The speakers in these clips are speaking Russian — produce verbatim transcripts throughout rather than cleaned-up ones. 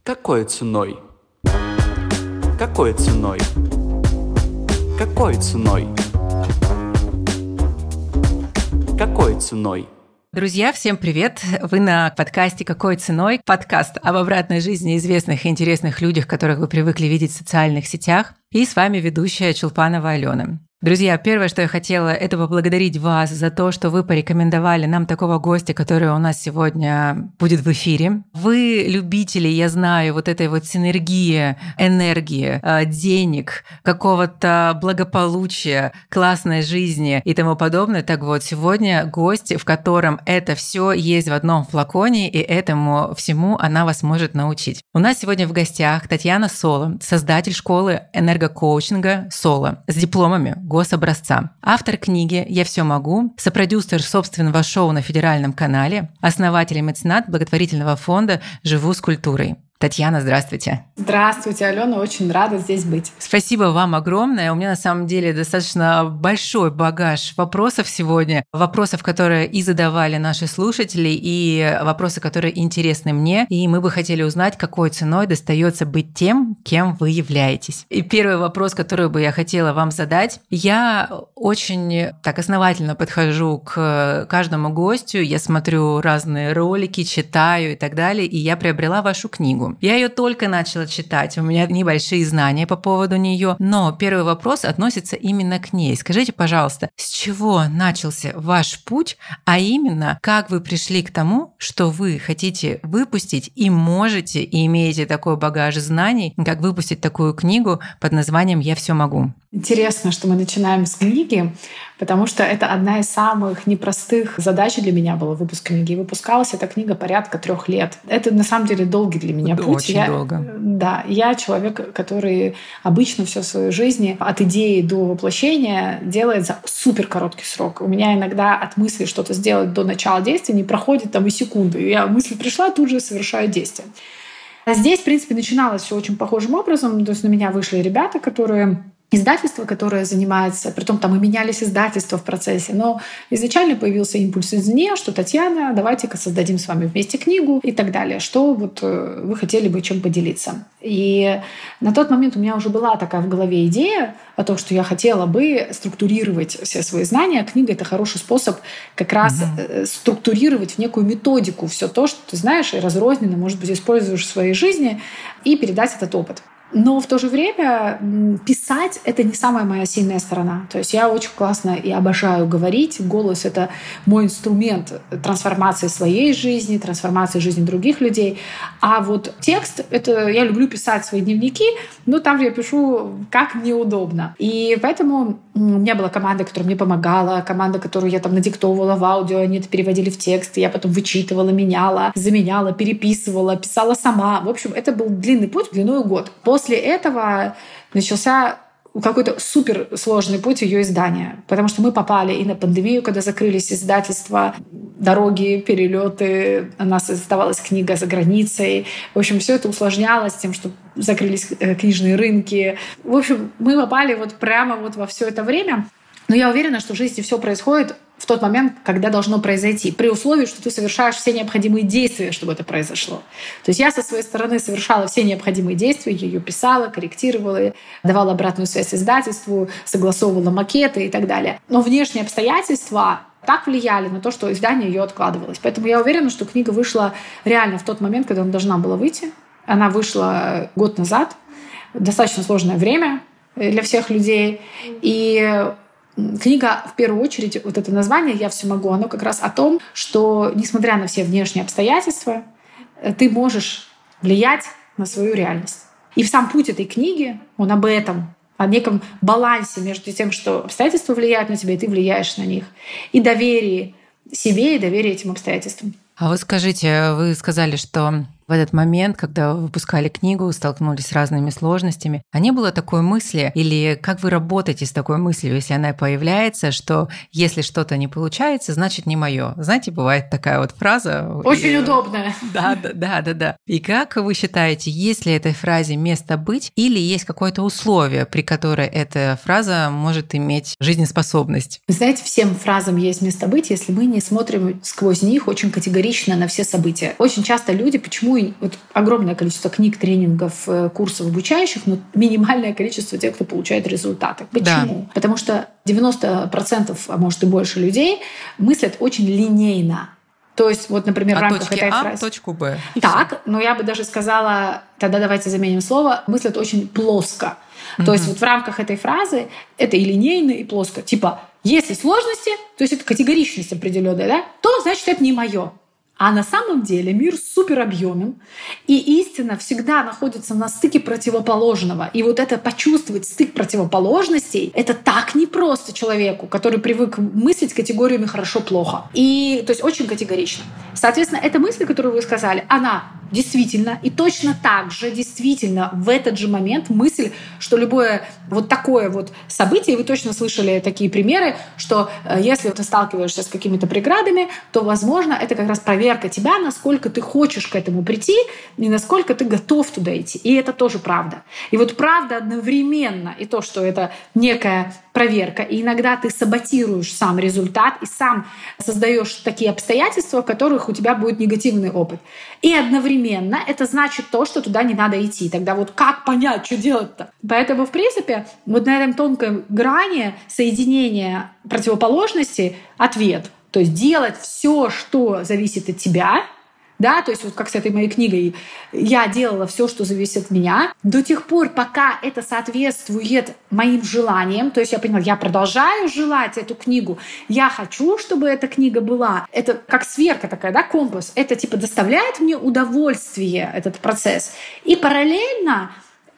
Какой ценой? Какой ценой? Какой ценой? Какой ценой? Друзья, всем привет! Вы на подкасте «Какой ценой?» Подкаст об обратной жизни известных и интересных людях, которых вы привыкли видеть в социальных сетях. И с вами ведущая Чулпанова Алена. Друзья, первое, что я хотела, это поблагодарить вас за то, что вы порекомендовали нам такого гостя, который у нас сегодня будет в эфире. Вы любители, я знаю, вот этой вот синергии, энергии, денег, какого-то благополучия, классной жизни и тому подобное. Так вот, сегодня гость, в котором это все есть в одном флаконе, и этому всему она вас может научить. У нас сегодня в гостях Татьяна Соло, создатель школы энергокоучинга Соло с дипломами гособразца. Автор книги «Я все могу», сопродюсер собственного шоу на федеральном канале, основатель и меценат благотворительного фонда «Живу с культурой». Татьяна, здравствуйте. Здравствуйте, Алена, очень рада здесь быть. Спасибо вам огромное. У меня на самом деле достаточно большой багаж вопросов сегодня. Вопросов, которые и задавали наши слушатели, и вопросы, которые интересны мне. И мы бы хотели узнать, какой ценой достается быть тем, кем вы являетесь. И первый вопрос, который бы я хотела вам задать. Я очень так основательно подхожу к каждому гостю. Я смотрю разные ролики, читаю и так далее. И я приобрела вашу книгу. Я ее только начала читать, у меня небольшие знания по поводу нее, но первый вопрос относится именно к ней. Скажите, пожалуйста, с чего начался ваш путь, а именно, как вы пришли к тому, что вы хотите выпустить и можете, и имеете такой багаж знаний, как выпустить такую книгу под названием «Я все могу». Интересно, что мы начинаем с книги, потому что это одна из самых непростых задач для меня была выпуск книги. Выпускалась эта книга порядка трех лет. Это на самом деле долгий для меня это путь. Очень я, долго. Да, я человек, который обычно всю свою жизнь от идеи до воплощения делает за супер короткий срок. У меня иногда от мысли что-то сделать до начала действия не проходит там и секунды. Я мысль пришла, тут же совершаю действие. А здесь, в принципе, начиналось все очень похожим образом. То есть на меня вышли ребята, которые издательство, которое занимается, притом там и менялись издательства в процессе, но изначально появился импульс извне, что Татьяна, давайте-ка создадим с вами вместе книгу и так далее, что вот вы хотели бы чем поделиться. И на тот момент у меня уже была такая в голове идея о том, что я хотела бы структурировать все свои знания. Книга — это хороший способ как раз угу. структурировать в некую методику все то, что ты знаешь и разрозненно, может быть, используешь в своей жизни, и передать этот опыт. Но в то же время писать — это не самая моя сильная сторона. То есть я очень классно и обожаю говорить. Голос — это мой инструмент трансформации своей жизни, трансформации жизни других людей. А вот текст — это я люблю писать свои дневники, но там я пишу как мне удобно. И поэтому у меня была команда, которая мне помогала, команда, которую я там надиктовывала в аудио, они это переводили в текст, я потом вычитывала, меняла, заменяла, переписывала, писала сама. В общем, это был длинный путь, длиной год. После этого начался какой-то суперсложный путь ее издания, потому что мы попали и на пандемию, когда закрылись издательства, дороги, перелеты, у нас издавалась книга за границей. В общем, все это усложнялось тем, что закрылись книжные рынки. В общем, мы попали вот прямо вот во все это время. Но я уверена, что в жизни все происходит в тот момент, когда должно произойти, при условии, что ты совершаешь все необходимые действия, чтобы это произошло. То есть я со своей стороны совершала все необходимые действия, ее писала, корректировала, давала обратную связь издательству, согласовывала макеты и так далее. Но внешние обстоятельства так влияли на то, что издание ее откладывалось. Поэтому я уверена, что книга вышла реально в тот момент, когда она должна была выйти. Она вышла год назад. Достаточно сложное время для всех людей. И книга, в первую очередь, вот это название «Я все могу», оно как раз о том, что, несмотря на все внешние обстоятельства, ты можешь влиять на свою реальность. И в сам путь этой книги, он об этом, о неком балансе между тем, что обстоятельства влияют на тебя, и ты влияешь на них, и доверие себе, и доверие этим обстоятельствам. А вы скажите, вы сказали, что в этот момент, когда вы выпускали книгу, столкнулись с разными сложностями, а не было такой мысли, или как вы работаете с такой мыслью, если она появляется, что если что-то не получается, значит не мое. Знаете, бывает такая вот фраза. Очень и... удобная. Да, да, да, да, да. И как вы считаете, есть ли этой фразе место быть, или есть какое-то условие, при которое эта фраза может иметь жизнеспособность? Вы знаете, всем фразам есть место быть, если мы не смотрим сквозь них очень категорично на все события. Очень часто люди, почему почему вот огромное количество книг, тренингов, курсов обучающих, но минимальное количество тех, кто получает результаты. Почему? Да. Потому что девяносто процентов, а может и больше людей мыслят очень линейно. То есть, вот, например, а в рамках точки этой А фразы... в точку Б. Так, все. Но я бы даже сказала, тогда давайте заменим слово, мыслят очень плоско. Mm-hmm. То есть вот в рамках этой фразы это и линейно, и плоско. Типа, если сложности, то есть это категоричность определенная, да, то значит это не мое. А на самом деле мир супер объемен, и истина всегда находится на стыке противоположного. И вот это почувствовать стык противоположностей, это так непросто человеку, который привык мыслить категориями «хорошо-плохо». И, то есть очень категорично. Соответственно, эта мысль, которую вы сказали, она действительно, и точно так же действительно в этот же момент мысль, что любое вот такое вот событие, вы точно слышали такие примеры, что если ты сталкиваешься с какими-то преградами, то, возможно, это как раз проверка тебя, насколько ты хочешь к этому прийти и насколько ты готов туда идти. И это тоже правда. И вот правда одновременно и то, что это некая проверка, и иногда ты саботируешь сам результат и сам создаешь такие обстоятельства, в которых у тебя будет негативный опыт. И одновременно это значит то, что туда не надо идти. Тогда вот как понять, что делать-то? Поэтому, в принципе, вот на этом тонкой грани соединения противоположностей ответ. То есть делать все, что зависит от тебя, да, то есть вот как с этой моей книгой, я делала все, что зависит от меня, до тех пор, пока это соответствует моим желаниям, то есть я поняла, я продолжаю желать эту книгу, я хочу, чтобы эта книга была, это как сверка такая, да, компас, это типа доставляет мне удовольствие, этот процесс, и параллельно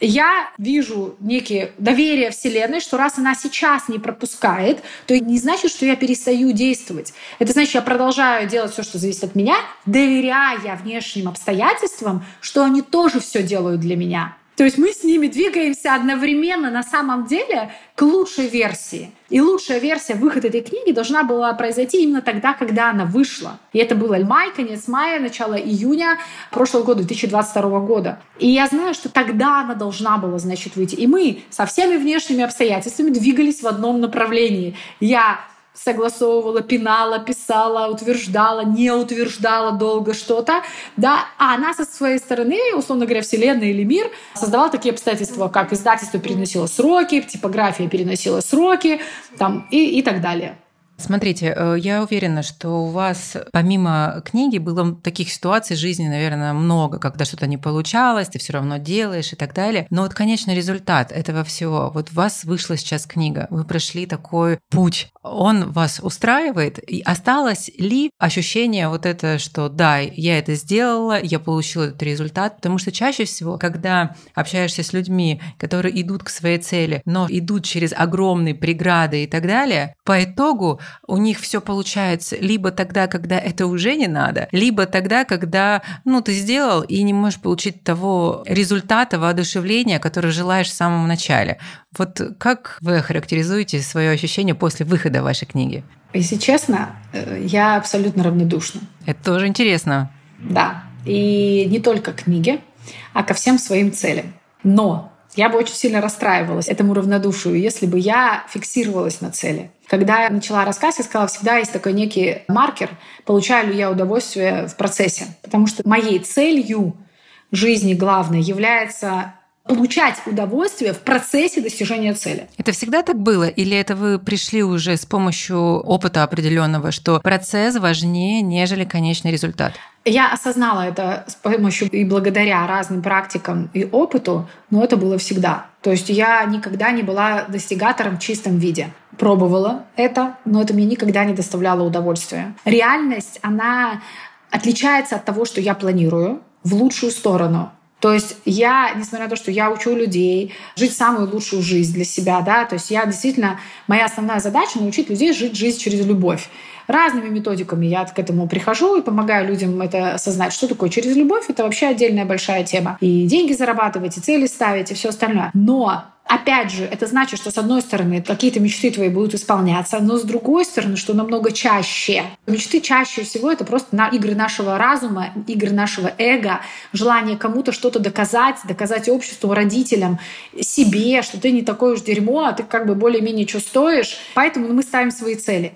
я вижу некие доверие Вселенной, что раз она сейчас не пропускает, то это не значит, что я перестаю действовать. Это значит, я продолжаю делать все, что зависит от меня, доверяя внешним обстоятельствам, что они тоже все делают для меня. То есть мы с ними двигаемся одновременно на самом деле к лучшей версии. И лучшая версия выхода этой книги должна была произойти именно тогда, когда она вышла. И это было май, конец мая, начало июня прошлого года, две тысячи двадцать второго года. И я знаю, что тогда она должна была, значит, выйти. И мы со всеми внешними обстоятельствами двигались в одном направлении. Я согласовывала, пинала, писала, утверждала, не утверждала долго что-то, да, а она со своей стороны, условно говоря, Вселенная или мир создавала такие обстоятельства, как издательство переносило сроки, типография переносила сроки, там, и, и так далее. Смотрите, я уверена, что у вас помимо книги было таких ситуаций в жизни, наверное, много, когда что-то не получалось, ты все равно делаешь и так далее. Но вот конечный результат этого всего, вот у вас вышла сейчас книга, вы прошли такой путь, он вас устраивает? И осталось ли ощущение вот это, что да, я это сделала, я получила этот результат? Потому что чаще всего, когда общаешься с людьми, которые идут к своей цели, но идут через огромные преграды и так далее, по итогу у них все получается либо тогда, когда это уже не надо, либо тогда, когда ну, ты сделал и не можешь получить того результата, воодушевления, который желаешь в самом начале. Вот как вы характеризуете свое ощущение после выхода вашей книги? Если честно, я абсолютно равнодушна. Это тоже интересно. Да. И не только к книге, а ко всем своим целям. Но я бы очень сильно расстраивалась этому равнодушию, если бы я фиксировалась на цели. Когда я начала рассказ, я сказала, всегда есть такой некий маркер, получаю ли я удовольствие в процессе. Потому что моей целью жизни главной является получать удовольствие в процессе достижения цели. Это всегда так было? Или это вы пришли уже с помощью опыта определенного, что процесс важнее, нежели конечный результат? Я осознала это с помощью и благодаря разным практикам и опыту, но это было всегда. То есть я никогда не была достигатором в чистом виде. Пробовала это, но это мне никогда не доставляло удовольствия. Реальность, она отличается от того, что я планирую, в лучшую сторону. То есть я, несмотря на то, что я учу людей жить самую лучшую жизнь для себя, да, то есть я действительно, моя основная задача — научить людей жить жизнь через любовь. Разными методиками я к этому прихожу и помогаю людям это осознать, что такое через любовь. Это вообще отдельная большая тема. И деньги зарабатывать, и цели ставить, и все остальное. Но опять же, это значит, что с одной стороны какие-то мечты твои будут исполняться, но с другой стороны, что намного чаще. Мечты чаще всего — это просто на игры нашего разума, игры нашего эго, желание кому-то что-то доказать, доказать обществу, родителям, себе, что ты не такое уж дерьмо, а ты как бы более-менее что стоишь. Поэтому мы ставим свои цели.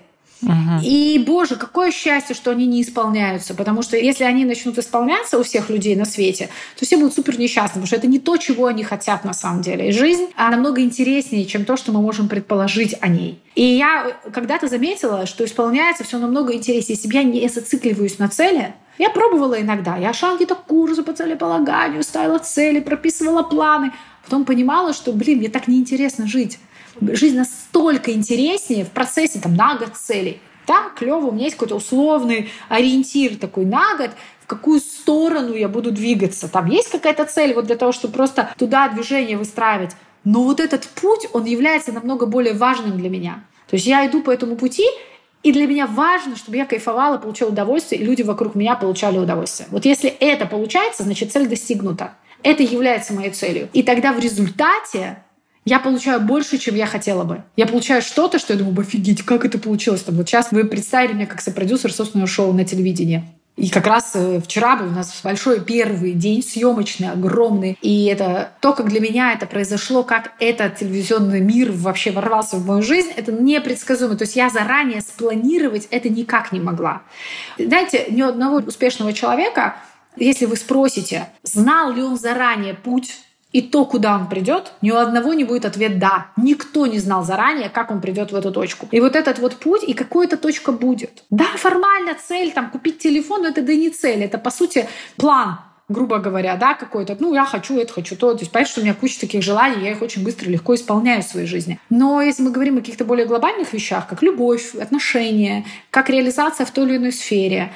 Угу. И, боже, какое счастье, что они не исполняются. Потому что если они начнут исполняться у всех людей на свете, то все будут супер несчастны, потому что это не то, чего они хотят на самом деле. И жизнь намного интереснее, чем то, что мы можем предположить о ней. И я когда-то заметила, что исполняется все намного интереснее. Если я не зацикливаюсь на цели, я пробовала иногда. Я шла какие-то курсы по целеполаганию, ставила цели, прописывала планы. Потом понимала, что, блин, мне так неинтересно жить. Жизнь настолько интереснее в процессе там, на год целей. Да, клево, у меня есть какой-то условный ориентир такой на год, в какую сторону я буду двигаться. Там есть какая-то цель вот для того, чтобы просто туда движение выстраивать. Но вот этот путь, он является намного более важным для меня. То есть я иду по этому пути, и для меня важно, чтобы я кайфовала, получала удовольствие, и люди вокруг меня получали удовольствие. Вот если это получается, значит, цель достигнута. Это является моей целью. И тогда в результате я получаю больше, чем я хотела бы. Я получаю что-то, что я думаю, офигеть, как это получилось. Там, вот сейчас вы представили меня как сопродюсер собственного шоу на телевидении. И как раз вчера был у нас большой первый день съемочный, огромный. И это то, как для меня это произошло, как этот телевизионный мир вообще ворвался в мою жизнь, это непредсказуемо. То есть я заранее спланировать это никак не могла. Знаете, ни одного успешного человека, если вы спросите, знал ли он заранее путь и то, куда он придет, ни у одного не будет ответ «да». Никто не знал заранее, как он придет в эту точку. И вот этот вот путь, и какая-то точка будет. Да, формально цель, там, купить телефон, но это да не цель. Это, по сути, план, грубо говоря, да, какой-то. Ну, я хочу это, хочу то. То есть, понятно, что у меня куча таких желаний, я их очень быстро, легко исполняю в своей жизни. Но если мы говорим о каких-то более глобальных вещах, как любовь, отношения, как реализация в той или иной сфере,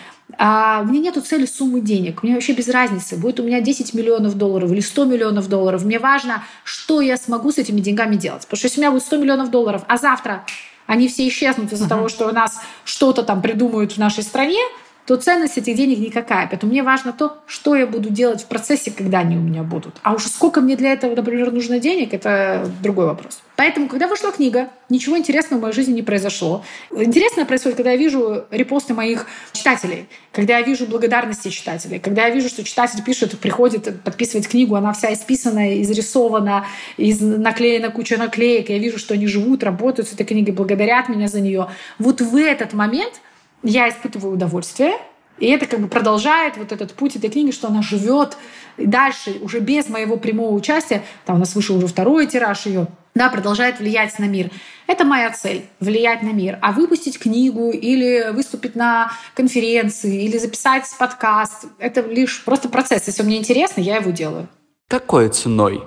А у меня нету цели суммы денег. Мне вообще без разницы, будет у меня десять миллионов долларов или сто миллионов долларов. Мне важно, что я смогу с этими деньгами делать. Потому что если у меня будет сто миллионов долларов, а завтра они все исчезнут из-за uh-huh. того, что у нас что-то там придумают в нашей стране, то ценность этих денег никакая. Поэтому мне важно то, что я буду делать в процессе, когда они у меня будут. А уж сколько мне для этого, например, нужно денег, это другой вопрос. Поэтому, когда вышла книга, ничего интересного в моей жизни не произошло. Интересное происходит, когда я вижу репосты моих читателей, когда я вижу благодарности читателей, когда я вижу, что читатель пишет, приходит подписывать книгу, она вся исписана, изрисована, из... наклеена куча наклеек. Я вижу, что они живут, работают с этой книгой, благодарят меня за нее. Вот в этот момент я испытываю удовольствие, и это как бы продолжает вот этот путь этой книги, что она живет дальше, уже без моего прямого участия. Там у нас вышел уже второй тираж ее, да, продолжает влиять на мир. Это моя цель — влиять на мир. А выпустить книгу или выступить на конференции, или записать подкаст — это лишь просто процесс. Если мне интересно, я его делаю. Какой ценой?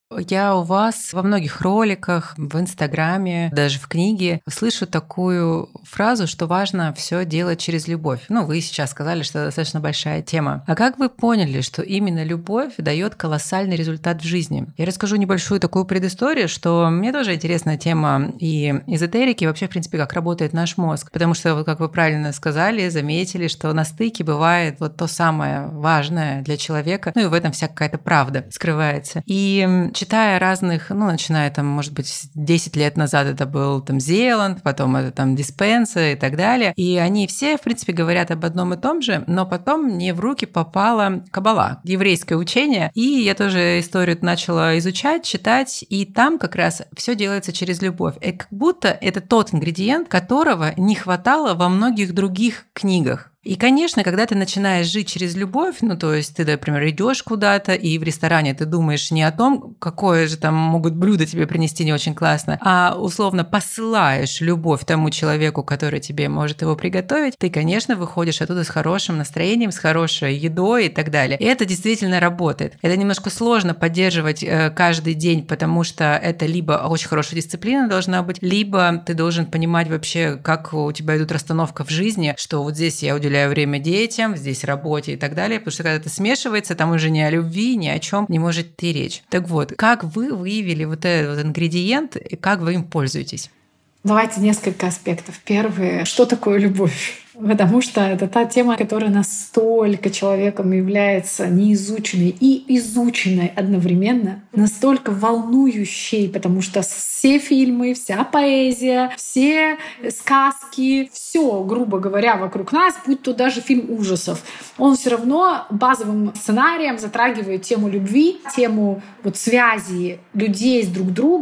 Я у вас во многих роликах, в Инстаграме, даже в книге слышу такую фразу, что важно все делать через любовь. Ну, вы сейчас сказали, что это достаточно большая тема. А как вы поняли, что именно любовь дает колоссальный результат в жизни? Я расскажу небольшую такую предысторию, что мне тоже интересная тема и эзотерики, и вообще, в принципе, как работает наш мозг. Потому что, как вы правильно сказали, заметили, что на стыке бывает вот то самое важное для человека, ну и в этом вся какая-то правда скрывается. И читая разных, ну, начиная там, может быть, десять лет назад это был там Зеланд, потом это там Диспенса и так далее. И они все, в принципе, говорят об одном и том же, но потом мне в руки попала Каббала, еврейское учение. И я тоже историю начала изучать, читать, и там как раз все делается через любовь. И как будто это тот ингредиент, которого не хватало во многих других книгах. И, конечно, когда ты начинаешь жить через любовь, ну, то есть ты, например, идешь куда-то, и в ресторане ты думаешь не о том, какое же там могут блюдо тебе принести не очень классно, а условно посылаешь любовь тому человеку, который тебе может его приготовить, ты, конечно, выходишь оттуда с хорошим настроением, с хорошей едой и так далее. И это действительно работает. Это немножко сложно поддерживать каждый день, потому что это либо очень хорошая дисциплина должна быть, либо ты должен понимать вообще, как у тебя идут расстановка в жизни, что вот здесь я уделяю время детям, здесь работе и так далее, потому что когда это смешивается, там уже ни о любви, ни о чем не может идти речь. Так вот, как вы выявили вот этот вот ингредиент и как вы им пользуетесь? Давайте несколько аспектов. Первое, что такое любовь? Потому что это та тема, которая настолько человеком является неизученной и изученной одновременно, настолько волнующей, потому что все фильмы, вся поэзия, все сказки, все, грубо говоря, вокруг нас, будь то даже фильм ужасов, он все равно базовым сценарием затрагивает тему любви, тему вот связи людей с друг другом,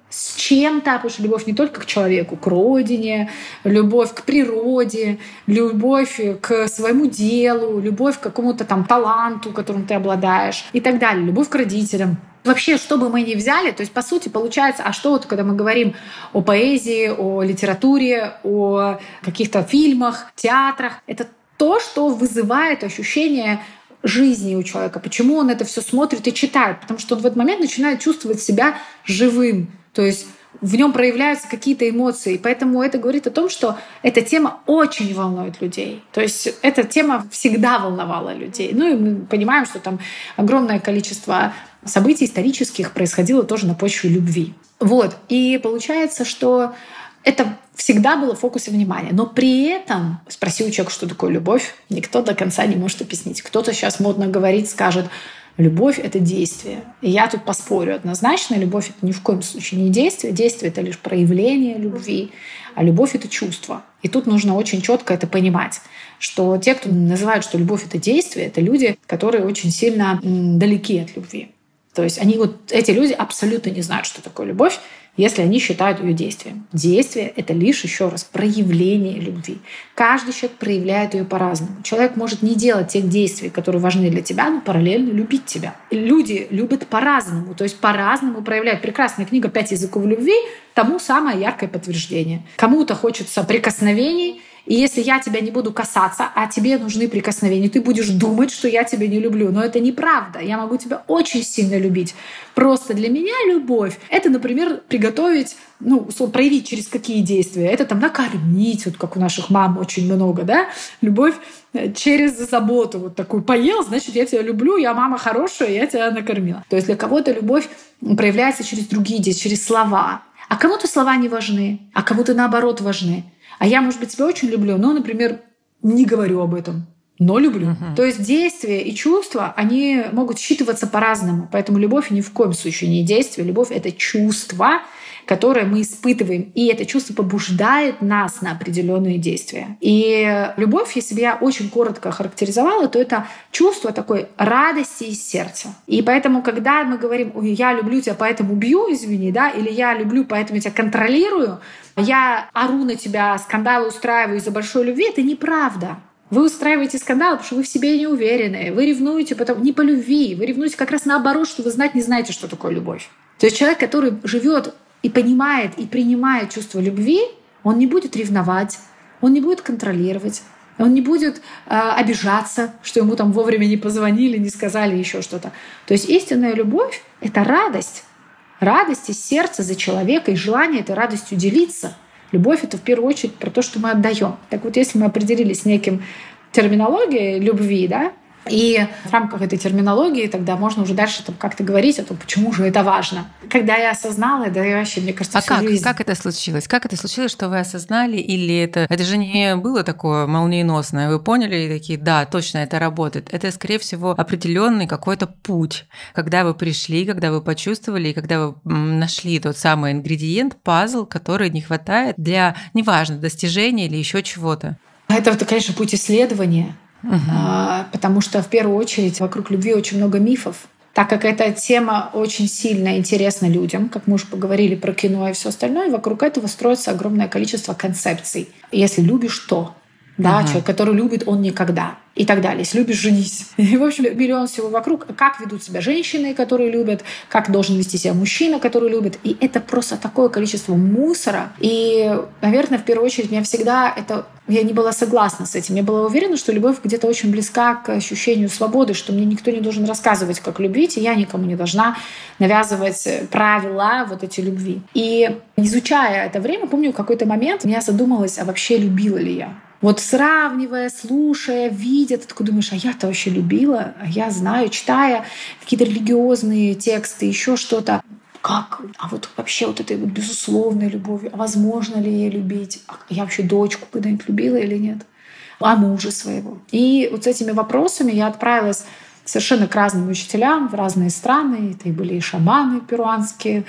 с чем-то, потому что любовь не только к человеку, к родине, любовь к природе, любовь к своему делу, любовь к какому-то там таланту, которым ты обладаешь и так далее, любовь к родителям. Вообще, что бы мы ни взяли, то есть, по сути, получается, а что вот, когда мы говорим о поэзии, о литературе, о каких-то фильмах, театрах, это то, что вызывает ощущение жизни у человека. Почему он это все смотрит и читает? Потому что он в этот момент начинает чувствовать себя живым. То есть в нем проявляются какие-то эмоции. Поэтому это говорит о том, что эта тема очень волнует людей. То есть эта тема всегда волновала людей. Ну и мы понимаем, что там огромное количество событий исторических происходило тоже на почве любви. Вот. И получается, что это всегда было в фокусе внимания. Но при этом, спроси у человека, что такое любовь, никто до конца не может объяснить. Кто-то сейчас модно говорит, скажет, любовь — это действие. И я тут поспорю однозначно, любовь — это ни в коем случае не действие. Действие — это лишь проявление любви, а любовь — это чувство. И тут нужно очень четко это понимать, что те, кто называют, что любовь — это действие, это люди, которые очень сильно далеки от любви. То есть они вот, эти люди абсолютно не знают, что такое любовь, если они считают ее действием. Действие — это лишь, еще раз, проявление любви. Каждый человек проявляет ее по-разному. Человек может не делать тех действий, которые важны для тебя, но параллельно любить тебя. Люди любят по-разному, то есть по-разному проявляют. Прекрасная книга «Пять языков любви» тому самое яркое подтверждение. Кому-то хочется прикосновений, и если я тебя не буду касаться, а тебе нужны прикосновения, ты будешь думать, что я тебя не люблю. Но это неправда. Я могу тебя очень сильно любить. Просто для меня любовь — это, например, приготовить, ну, проявить через какие действия. Это там накормить, вот как у наших мам очень много, да? Любовь через заботу. Вот такую поел, значит, я тебя люблю, я мама хорошая, я тебя накормила. То есть для кого-то любовь проявляется через другие действия, через слова. А кому-то слова не важны, а кому-то наоборот важны. А я, может быть, тебя очень люблю, но, например, не говорю об этом, но люблю. Uh-huh. То есть действия и чувства, они могут считываться по-разному. Поэтому любовь ни в коем случае не действие. Любовь — это чувство, которое мы испытываем. И это чувство побуждает нас на определенные действия. И любовь, если бы я очень коротко характеризовала, то это чувство такой радости из сердца. И поэтому, когда мы говорим: «Ой, я люблю тебя, поэтому бью, извини», да, или «я люблю, поэтому я тебя контролирую», «я ору на тебя, скандалы устраиваю из-за большой любви», это неправда. Вы устраиваете скандал, потому что вы в себе не уверены. Вы ревнуете потом не по любви. Вы ревнуете как раз наоборот, что вы знать не знаете, что такое любовь. То есть человек, который живет и понимает, и принимает чувство любви, он не будет ревновать, он не будет контролировать, он не будет э, обижаться, что ему там вовремя не позвонили, не сказали еще что-то. То есть истинная любовь — это радость. Радость из сердца за человека и желание этой радостью делиться. Любовь — это в первую очередь про то, что мы отдаем. Так вот, если мы определились с неким терминологией любви, да, и в рамках этой терминологии тогда можно уже дальше там как-то говорить о том, почему же это важно. Когда я осознала, да, я вообще, мне кажется, а всю как? жизнь... как это случилось? Как это случилось, что вы осознали? Или это, это же не было такое молниеносное? Вы поняли и такие: да, точно, это работает. Это, скорее всего, определенный какой-то путь. Когда вы пришли, когда вы почувствовали, и когда вы нашли тот самый ингредиент, пазл, который не хватает для, неважно, достижения или еще чего-то. Это, конечно, путь исследования. Uh-huh. А, потому что в первую очередь вокруг любви очень много мифов. Так как эта тема очень сильно интересна людям, как мы уже поговорили про кино и все остальное, вокруг этого строится огромное количество концепций. Если любишь, то. Да, uh-huh. Человек, который любит, он никогда. И так далее. Если любишь, женись. И, в общем, миллион всего вокруг. Как ведут себя женщины, которые любят, как должен вести себя мужчина, который любит. И это просто такое количество мусора. И, наверное, в первую очередь, меня всегда это... Я не была согласна с этим. Я была уверена, что любовь где-то очень близка к ощущению свободы, что мне никто не должен рассказывать, как любить, и я никому не должна навязывать правила вот эти любви. И изучая это время, помню, в какой-то момент я задумалась, а вообще любила ли я? Вот сравнивая, слушая, видя, ты такой думаешь: а я-то вообще любила, а я знаю, читая какие-то религиозные тексты, еще что-то. Как? А вот вообще вот этой вот безусловной любовью, а возможно ли ей любить? А я вообще дочку когда-нибудь любила или нет? А мужа своего? И вот с этими вопросами я отправилась совершенно к разным учителям в разные страны. Это и были и шаманы перуанские,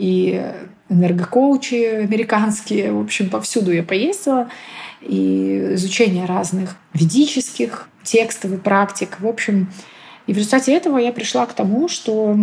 и энергокоучи американские. В общем, повсюду я поездила. И изучение разных ведических текстов и практик. В общем, и в результате этого я пришла к тому, что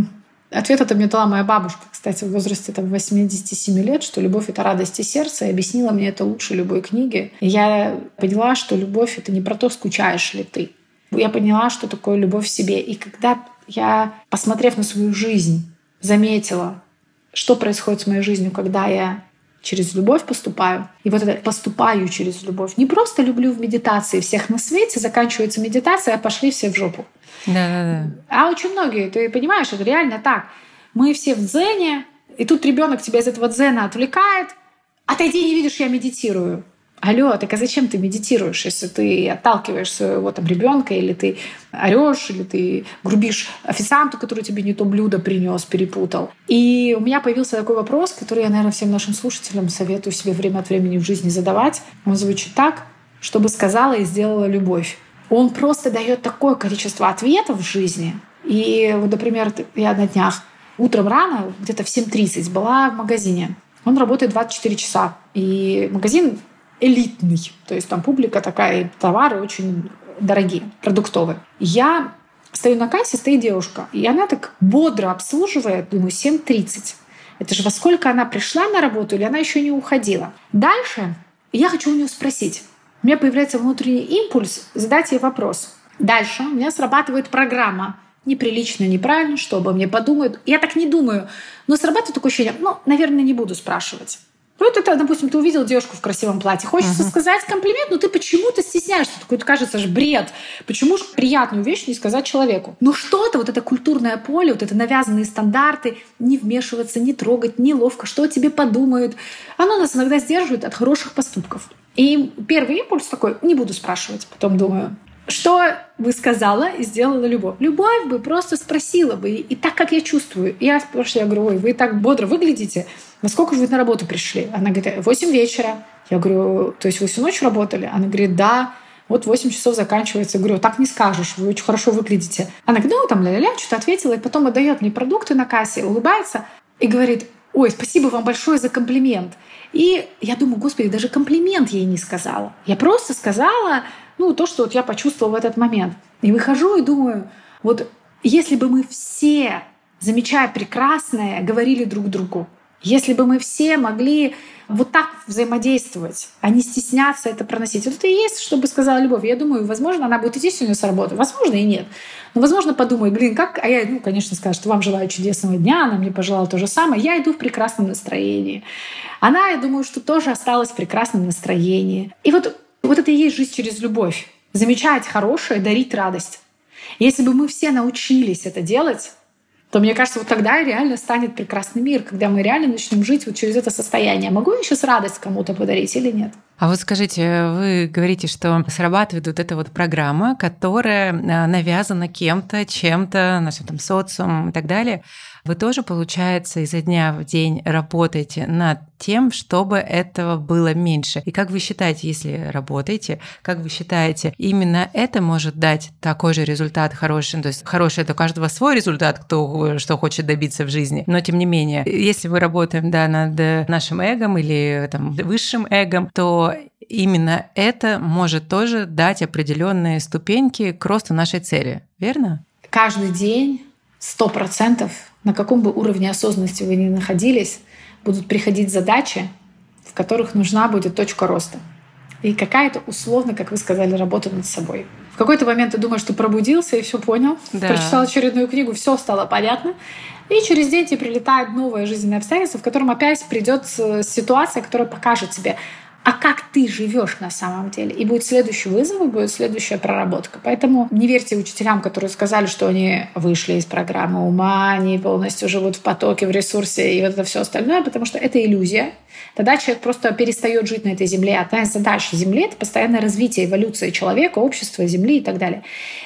Ответ это мне дала моя бабушка, кстати, в возрасте там, восемьдесят семь лет, что любовь — это радость и сердце, и объяснила мне это лучше любой книги. И я поняла, что любовь — это не про то, скучаешь ли ты. Я поняла, что такое любовь в себе. И когда я, посмотрев на свою жизнь, заметила, что происходит с моей жизнью, когда я через любовь поступаю, и вот это «поступаю через любовь». Не просто люблю в медитации всех на свете, заканчивается медитация, а пошли все в жопу. Да-да-да. А очень многие, ты понимаешь, это реально так. Мы все в дзене, и тут ребенок тебя из этого дзена отвлекает. Отойди, не видишь, я медитирую. Алло, так а зачем ты медитируешь, если ты отталкиваешь своего там ребенка, или ты орешь, или ты грубишь официанту, который тебе не то блюдо принес, перепутал. И у меня появился такой вопрос, который я, наверное, всем нашим слушателям советую себе время от времени в жизни задавать. Он звучит так: что бы сказала и сделала любовь. Он просто дает такое количество ответов в жизни. И вот, например, я на днях утром рано, где-то в семь тридцать, была в магазине. Он работает двадцать четыре часа. И магазин элитный. То есть там публика такая, и товары очень дорогие, продуктовые. Я стою на кассе, стоит девушка, и она так бодро обслуживает, думаю, семь тридцать. Это же во сколько она пришла на работу, или она еще не уходила? Дальше я хочу у нее спросить. У меня появляется внутренний импульс задать ей вопрос. Дальше у меня срабатывает программа. Неприлично, неправильно, что обо мне подумают. Я так не думаю. Но срабатывает такое ощущение, ну, наверное, не буду спрашивать. Ну, это, допустим, ты увидел девушку в красивом платье. Хочется uh-huh. сказать комплимент, но ты почему-то стесняешься. Такой, кажется же, бред. Почему же приятную вещь не сказать человеку? Ну что-то, вот это культурное поле, вот это навязанные стандарты, не вмешиваться, не трогать, неловко, что о тебе подумают. Оно нас иногда сдерживает от хороших поступков. И первый импульс такой: не буду спрашивать. Потом думаю, что бы сказала и сделала любовь? Любовь бы просто спросила бы. И так, как я чувствую. Я спрашиваю, я говорю: ой, вы так бодро выглядите. Во сколько же вы на работу пришли? Она говорит: восемь вечера. Я говорю: то есть вы всю ночь работали? Она говорит: да. Вот восемь часов заканчивается. Я говорю: так не скажешь, вы очень хорошо выглядите. Она говорит: ну, там, ля-ля-ля, что-то ответила. И потом отдает мне продукты на кассе, улыбается и говорит: ой, спасибо вам большое за комплимент. И я думаю, господи, даже комплимент ей не сказала. Я просто сказала, ну, то, что вот я почувствовала в этот момент. И выхожу и думаю, вот если бы мы все, замечая прекрасное, говорили друг другу, если бы мы все могли вот так взаимодействовать, а не стесняться это проносить. Вот это и есть, что бы сказала любовь. Я думаю, возможно, она будет идти сегодня с работы, возможно, и нет. Но, возможно, подумает, блин, как... А я, ну, конечно, скажу, что вам желаю чудесного дня, она мне пожелала то же самое. Я иду в прекрасном настроении. Она, я думаю, что тоже осталась в прекрасном настроении. И вот, вот это и есть жизнь через любовь. Замечать хорошее, дарить радость. Если бы мы все научились это делать, то, мне кажется, вот тогда реально станет прекрасный мир, когда мы реально начнем жить вот через это состояние. Могу я сейчас радость кому-то подарить или нет? А вот скажите, вы говорите, что срабатывает вот эта вот программа, которая навязана кем-то, чем-то, нашим там социумом и так далее. Вы тоже, получается, изо дня в день работаете над тем, чтобы этого было меньше. И как вы считаете, если работаете, как вы считаете, именно это может дать такой же результат хороший? То есть хороший — это у каждого свой результат, кто что хочет добиться в жизни. Но тем не менее, если мы работаем, да, над нашим эгом или там, высшим эгом, то именно это может тоже дать определенные ступеньки к росту нашей цели. Верно? Каждый день сто процентов, на каком бы уровне осознанности вы ни находились, будут приходить задачи, в которых нужна будет точка роста. И какая-то условно, как вы сказали, работа над собой. В какой-то момент ты думаешь, что пробудился и все понял, да. Прочитал очередную книгу, все стало понятно. И через день тебе прилетает новое жизненное обстоятельство, в котором опять придет ситуация, которая покажет тебе, а как ты живешь на самом деле. И будет следующий вызов, и будет следующая проработка. Поэтому не верьте учителям, которые сказали, что они вышли из программы ума, они полностью живут в потоке, в ресурсе и вот это все остальное, потому что это иллюзия. Тогда человек просто перестает жить на этой земле. Одна из задач Земли — это постоянное развитие, эволюция человека, общества, Земли и так далее.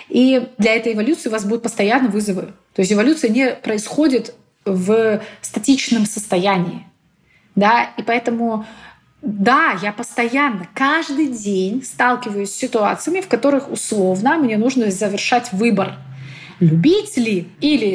И для этой эволюции у вас будут постоянно вызовы. То есть эволюция не происходит в статичном состоянии. Да? И поэтому... Да, я постоянно, каждый день сталкиваюсь с ситуациями, в которых условно мне нужно завершать выбор. Любить ли или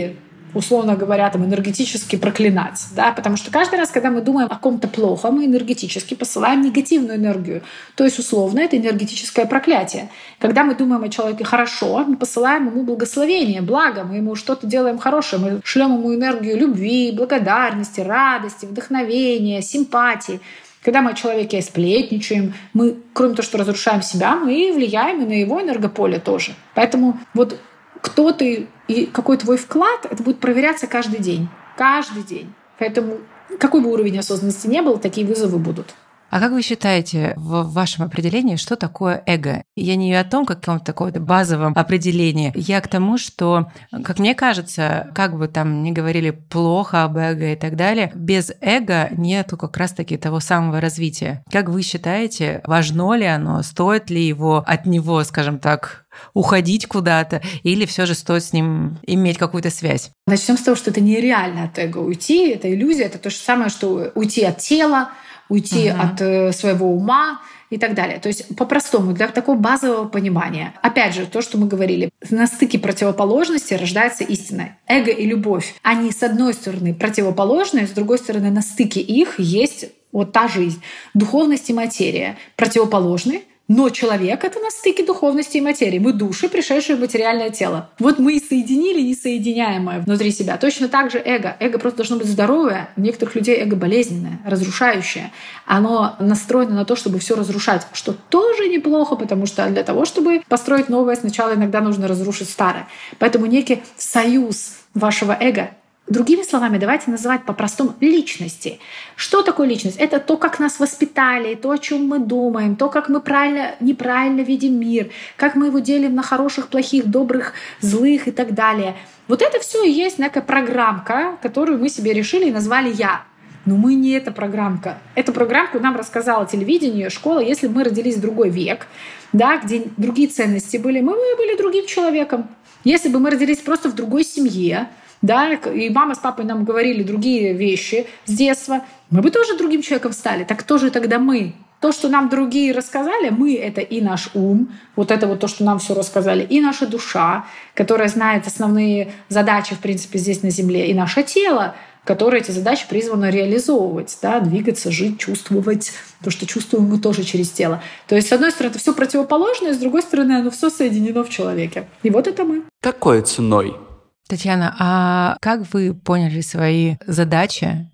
условно говоря, там, энергетически проклинать. Да? Потому что каждый раз, когда мы думаем о ком-то плохо, мы энергетически посылаем негативную энергию. То есть, условно, это энергетическое проклятие. Когда мы думаем о человеке хорошо, мы посылаем ему благословение, благо, мы ему что-то делаем хорошее, мы шлем ему энергию любви, благодарности, радости, вдохновения, симпатии. Когда мы о человеке сплетничаем, мы, кроме того, что разрушаем себя, мы влияем и на его энергополе тоже. Поэтому вот кто ты и какой твой вклад, это будет проверяться каждый день. Каждый день. Поэтому какой бы уровень осознанности ни был, такие вызовы будут. А как вы считаете, в вашем определении, что такое эго? Я не о том, каком-то таком базовом определении. Я к тому, что, как мне кажется, как бы там ни говорили плохо об эго и так далее, без эго нету как раз-таки того самого развития. Как вы считаете, важно ли оно, стоит ли его от него, скажем так, уходить куда-то, или все же стоит с ним иметь какую-то связь? Начнем с того, что это нереально от эго уйти, это иллюзия, это то же самое, что уйти от тела, уйти uh-huh. от э, своего ума и так далее. То есть по-простому, для такого базового понимания. Опять же, то, что мы говорили, на стыке противоположности рождается истина. Эго и любовь, они с одной стороны противоположные, с другой стороны на стыке их есть вот та жизнь. Духовность и материя противоположны, но человек — это на стыке духовности и материи. Мы души, пришедшие в материальное тело. Вот мы и соединили несоединяемое внутри себя. Точно так же эго. Эго просто должно быть здоровое. У некоторых людей эго болезненное, разрушающее. Оно настроено на то, чтобы все разрушать, что тоже неплохо, потому что для того, чтобы построить новое, сначала иногда нужно разрушить старое. Поэтому некий союз вашего эго. Другими словами, давайте называть по-простому личности. Что такое личность? Это то, как нас воспитали, то, о чем мы думаем, то, как мы правильно, неправильно видим мир, как мы его делим на хороших, плохих, добрых, злых и так далее. Вот это все и есть некая программка, которую мы себе решили и назвали «я». Но мы не эта программка. Эту программку нам рассказала телевидение, школа. Если бы мы родились в другой век, да, где другие ценности были, мы бы были другим человеком. Если бы мы родились просто в другой семье, да, и мама с папой нам говорили другие вещи с детства, мы бы тоже другим человеком стали. Так кто же тогда мы? То, что нам другие рассказали, мы — это и наш ум, вот это вот то, что нам все рассказали, и наша душа, которая знает основные задачи, в принципе, здесь на Земле, и наше тело, которое эти задачи призвано реализовывать, да, двигаться, жить, чувствовать. То, что чувствуем мы тоже через тело. То есть, с одной стороны, это все противоположное, с другой стороны, оно все соединено в человеке. И вот это мы. Какой ценой? Татьяна, а как вы поняли свои задачи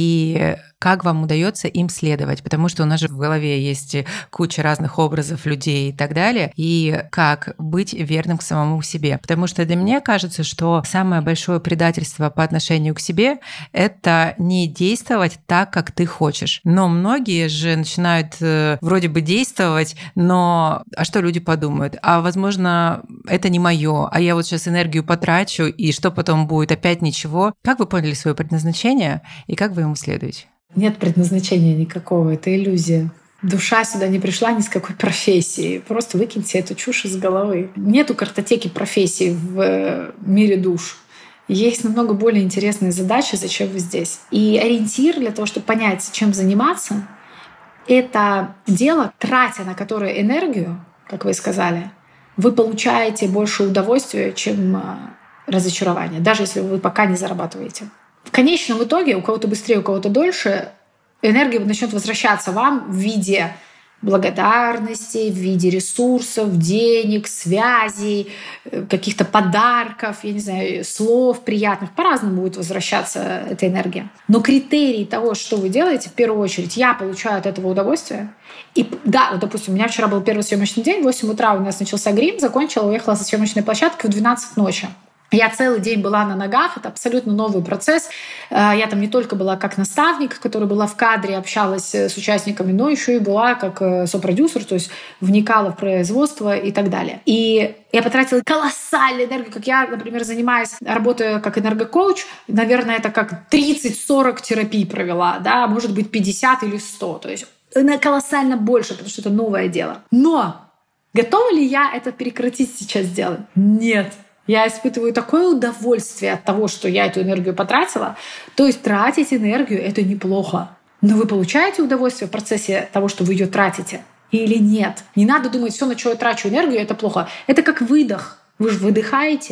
и как вам удается им следовать? Потому что у нас же в голове есть куча разных образов людей и так далее. И как быть верным к самому себе? Потому что для меня кажется, что самое большое предательство по отношению к себе — это не действовать так, как ты хочешь. Но многие же начинают э, вроде бы действовать, но а что люди подумают? А возможно, это не мое, а я вот сейчас энергию потрачу, и что потом будет? Опять ничего. Как вы поняли свое предназначение и как вы ему следуете? Нет предназначения никакого, это иллюзия. Душа сюда не пришла ни с какой профессией. Просто выкиньте эту чушь из головы. Нету картотеки профессий в мире душ. Есть намного более интересные задачи, зачем вы здесь. И ориентир для того, чтобы понять, чем заниматься, это дело, тратя на которое энергию, как вы сказали, вы получаете больше удовольствия, чем разочарования, даже если вы пока не зарабатываете. В конечном итоге, у кого-то быстрее, у кого-то дольше, энергия начнет возвращаться вам в виде благодарности, в виде ресурсов, денег, связей, каких-то подарков, я не знаю, слов приятных. По-разному будет возвращаться эта энергия. Но критерий того, что вы делаете, в первую очередь, я получаю от этого удовольствие. И да, вот, допустим, у меня вчера был первый съемочный день, в восемь утра у нас начался грим, закончила, уехала со съемочной площадки в двенадцать ночи. Я целый день была на ногах, это абсолютно новый процесс. Я там не только была как наставник, который была в кадре, общалась с участниками, но еще и была как сопродюсер, то есть вникала в производство и так далее. И я потратила колоссальную энергию, как я, например, занимаюсь, работаю как энергокоуч, наверное, это как тридцать-сорок терапий провела, да, может быть пятьдесят или сто, то есть колоссально больше, потому что это новое дело. Но готова ли я это прекратить сейчас делать? Нет. Я испытываю такое удовольствие от того, что я эту энергию потратила. То есть тратить энергию — это неплохо. Но вы получаете удовольствие в процессе того, что вы ее тратите? Или нет? Не надо думать, все, на что я трачу энергию, это плохо. Это как выдох. Вы же выдыхаете.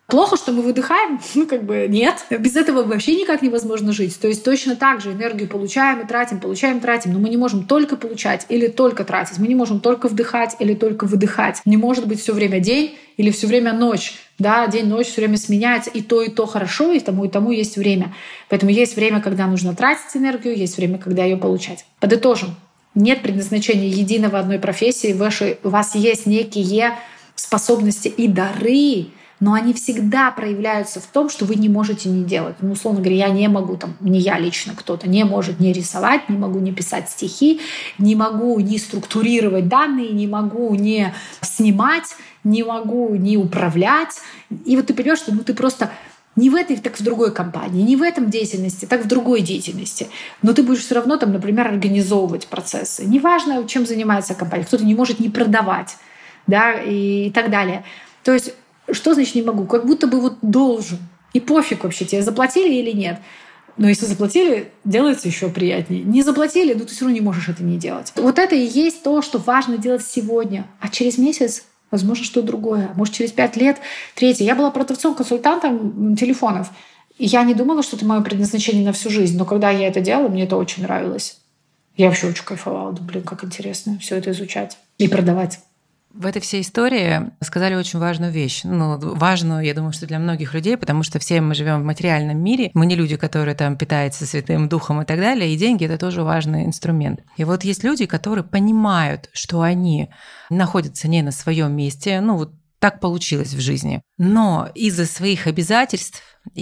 Плохо, что мы выдыхаем? Ну, как бы нет. Без этого вообще никак невозможно жить. То есть точно так же энергию получаем и тратим, получаем, тратим. Но мы не можем только получать или только тратить. Мы не можем только вдыхать или только выдыхать. Не может быть все время день или все время ночь. Да, день-ночь все время сменяется. И то, и то хорошо, и тому, и тому есть время. Поэтому есть время, когда нужно тратить энергию, есть время, когда ее получать. Подытожим. Нет предназначения единого одной профессии. У вас есть некие способности и дары, но они всегда проявляются в том, что вы не можете не делать. Ну, условно говоря, я не могу, там, не я лично, кто-то не может не рисовать, не могу не писать стихи, не могу не структурировать данные, не могу не снимать, не могу не управлять. И вот ты понимаешь, что ну, ты просто не в этой, так в другой компании, не в этом деятельности, так в другой деятельности. Но ты будешь все равно, там, например, организовывать процессы. Неважно, чем занимается компания. Кто-то не может не продавать, да, и, и так далее. То есть что значит не могу? Как будто бы вот должен. И пофиг вообще, тебе заплатили или нет. Но если заплатили, делается еще приятнее. Не заплатили, ну ты все равно не можешь это не делать. Вот это и есть то, что важно делать сегодня. А через месяц, возможно, что другое. Может, через пять лет третье. Я была продавцом-консультантом телефонов. И я не думала, что это мое предназначение на всю жизнь. Но когда я это делала, мне это очень нравилось. Я вообще очень кайфовала. Думаю, блин, как интересно все это изучать и продавать. В этой всей истории сказали очень важную вещь. Ну, важную, я думаю, что для многих людей, потому что все мы живем в материальном мире. Мы не люди, которые там питаются Святым Духом и так далее. И деньги — это тоже важный инструмент. И вот есть люди, которые понимают, что они находятся не на своем месте. Ну, вот так получилось в жизни. Но из-за своих обязательств,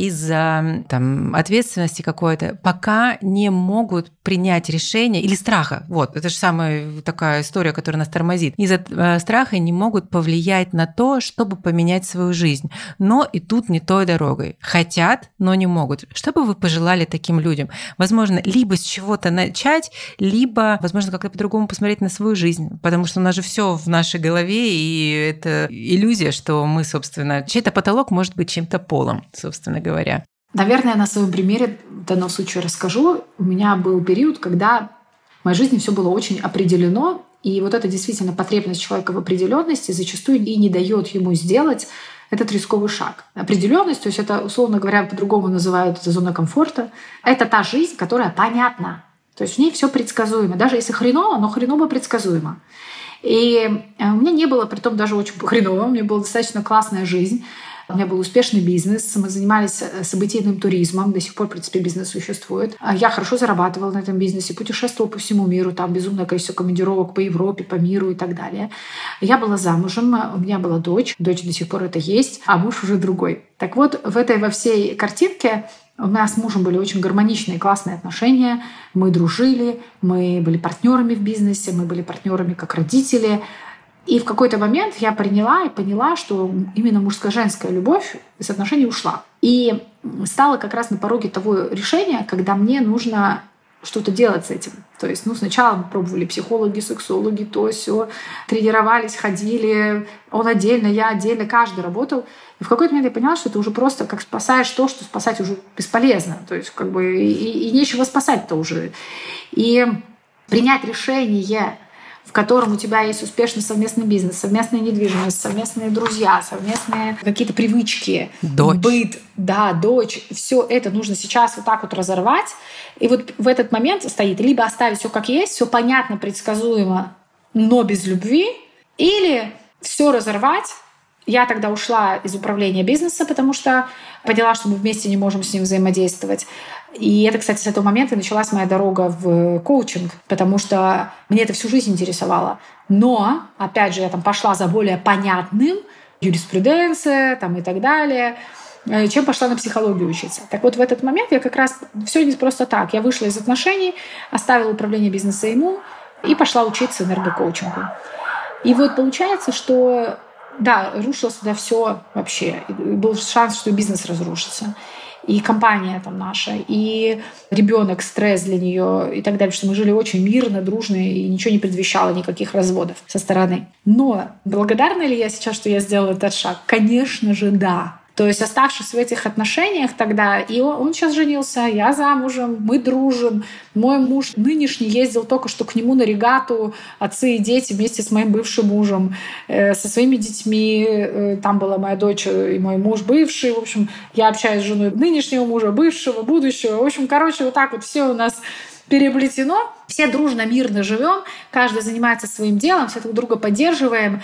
из-за там, ответственности какой-то, пока не могут принять решение, или страха, вот, это же самая такая история, которая нас тормозит, из-за э, страха не могут повлиять на то, чтобы поменять свою жизнь, но идут не той дорогой. Хотят, но не могут. Что бы вы пожелали таким людям? Возможно, либо с чего-то начать, либо, возможно, как-то по-другому посмотреть на свою жизнь, потому что у нас же все в нашей голове, и это иллюзия, что мы, собственно, чей-то потолок может быть чем-то полом, собственно говоря. Наверное, на своем примере в данном случае расскажу. У меня был период, когда в моей жизни все было очень определено, и вот эта действительно потребность человека в определенности зачастую и не дает ему сделать этот рисковый шаг. Определенность, то есть это, условно говоря, по-другому называют это зона комфорта, это та жизнь, которая понятна. То есть в ней все предсказуемо. Даже если хреново, но хреново предсказуемо. И у меня не было, притом даже очень хреново, у меня была достаточно классная жизнь. У меня был успешный бизнес, мы занимались событийным туризмом, до сих пор, в принципе, бизнес существует. Я хорошо зарабатывала на этом бизнесе, путешествовала по всему миру, там безумное количество командировок по Европе, по миру и так далее. Я была замужем, у меня была дочь, дочь до сих пор это есть, а муж уже другой. Так вот, в этой во всей картинке у нас с мужем были очень гармоничные, классные отношения. Мы дружили, мы были партнерами в бизнесе, мы были партнерами как родители. И в какой-то момент я приняла и поняла, что именно мужско-женская любовь из отношений ушла. И стала как раз на пороге того решения, когда мне нужно что-то делать с этим. То есть, ну, сначала мы пробовали психологи, сексологи, то все, тренировались, ходили, он отдельно, я отдельно, каждый работал. И в какой-то момент я поняла, что это уже просто как спасаешь то, что спасать уже бесполезно. То есть, как бы и, и нечего спасать-то уже. И принять решение, в котором у тебя есть успешный совместный бизнес, совместная недвижимость, совместные друзья, совместные какие-то привычки, дочь. быт, да, дочь. Все это нужно сейчас вот так вот разорвать. И вот в этот момент стоит либо оставить все как есть, все понятно, предсказуемо, но без любви, или все разорвать. Я тогда ушла из управления бизнеса, потому что поняла, что мы вместе не можем с ним взаимодействовать. И это, кстати, с этого момента началась моя дорога в коучинг, потому что мне это всю жизнь интересовало. Но, опять же, я там пошла за более понятным, юриспруденция там, и так далее, чем пошла на психологию учиться. Так вот, в этот момент я как раз все не просто так. Я вышла из отношений, оставила управление бизнеса ему и пошла учиться энергокоучингу. И вот получается, что да, рушилось туда все вообще. И был шанс, что бизнес разрушится. И компания там наша, и ребенок, стресс для нее и так далее, что мы жили очень мирно, дружно, и ничего не предвещало никаких разводов со стороны. Но благодарна ли я сейчас, что я сделала этот шаг? Конечно же, да. То есть, оставшись в этих отношениях тогда, и он, он сейчас женился, я замужем, мы дружим. Мой муж нынешний ездил только что к нему на регату, отцы и дети вместе с моим бывшим мужем, э, со своими детьми. Э, там была моя дочь и мой муж бывший. В общем, я общаюсь с женой нынешнего мужа, бывшего, будущего. В общем, короче, вот так вот все у нас переплетено. Все дружно, мирно живем, каждый занимается своим делом, все друг друга поддерживаем.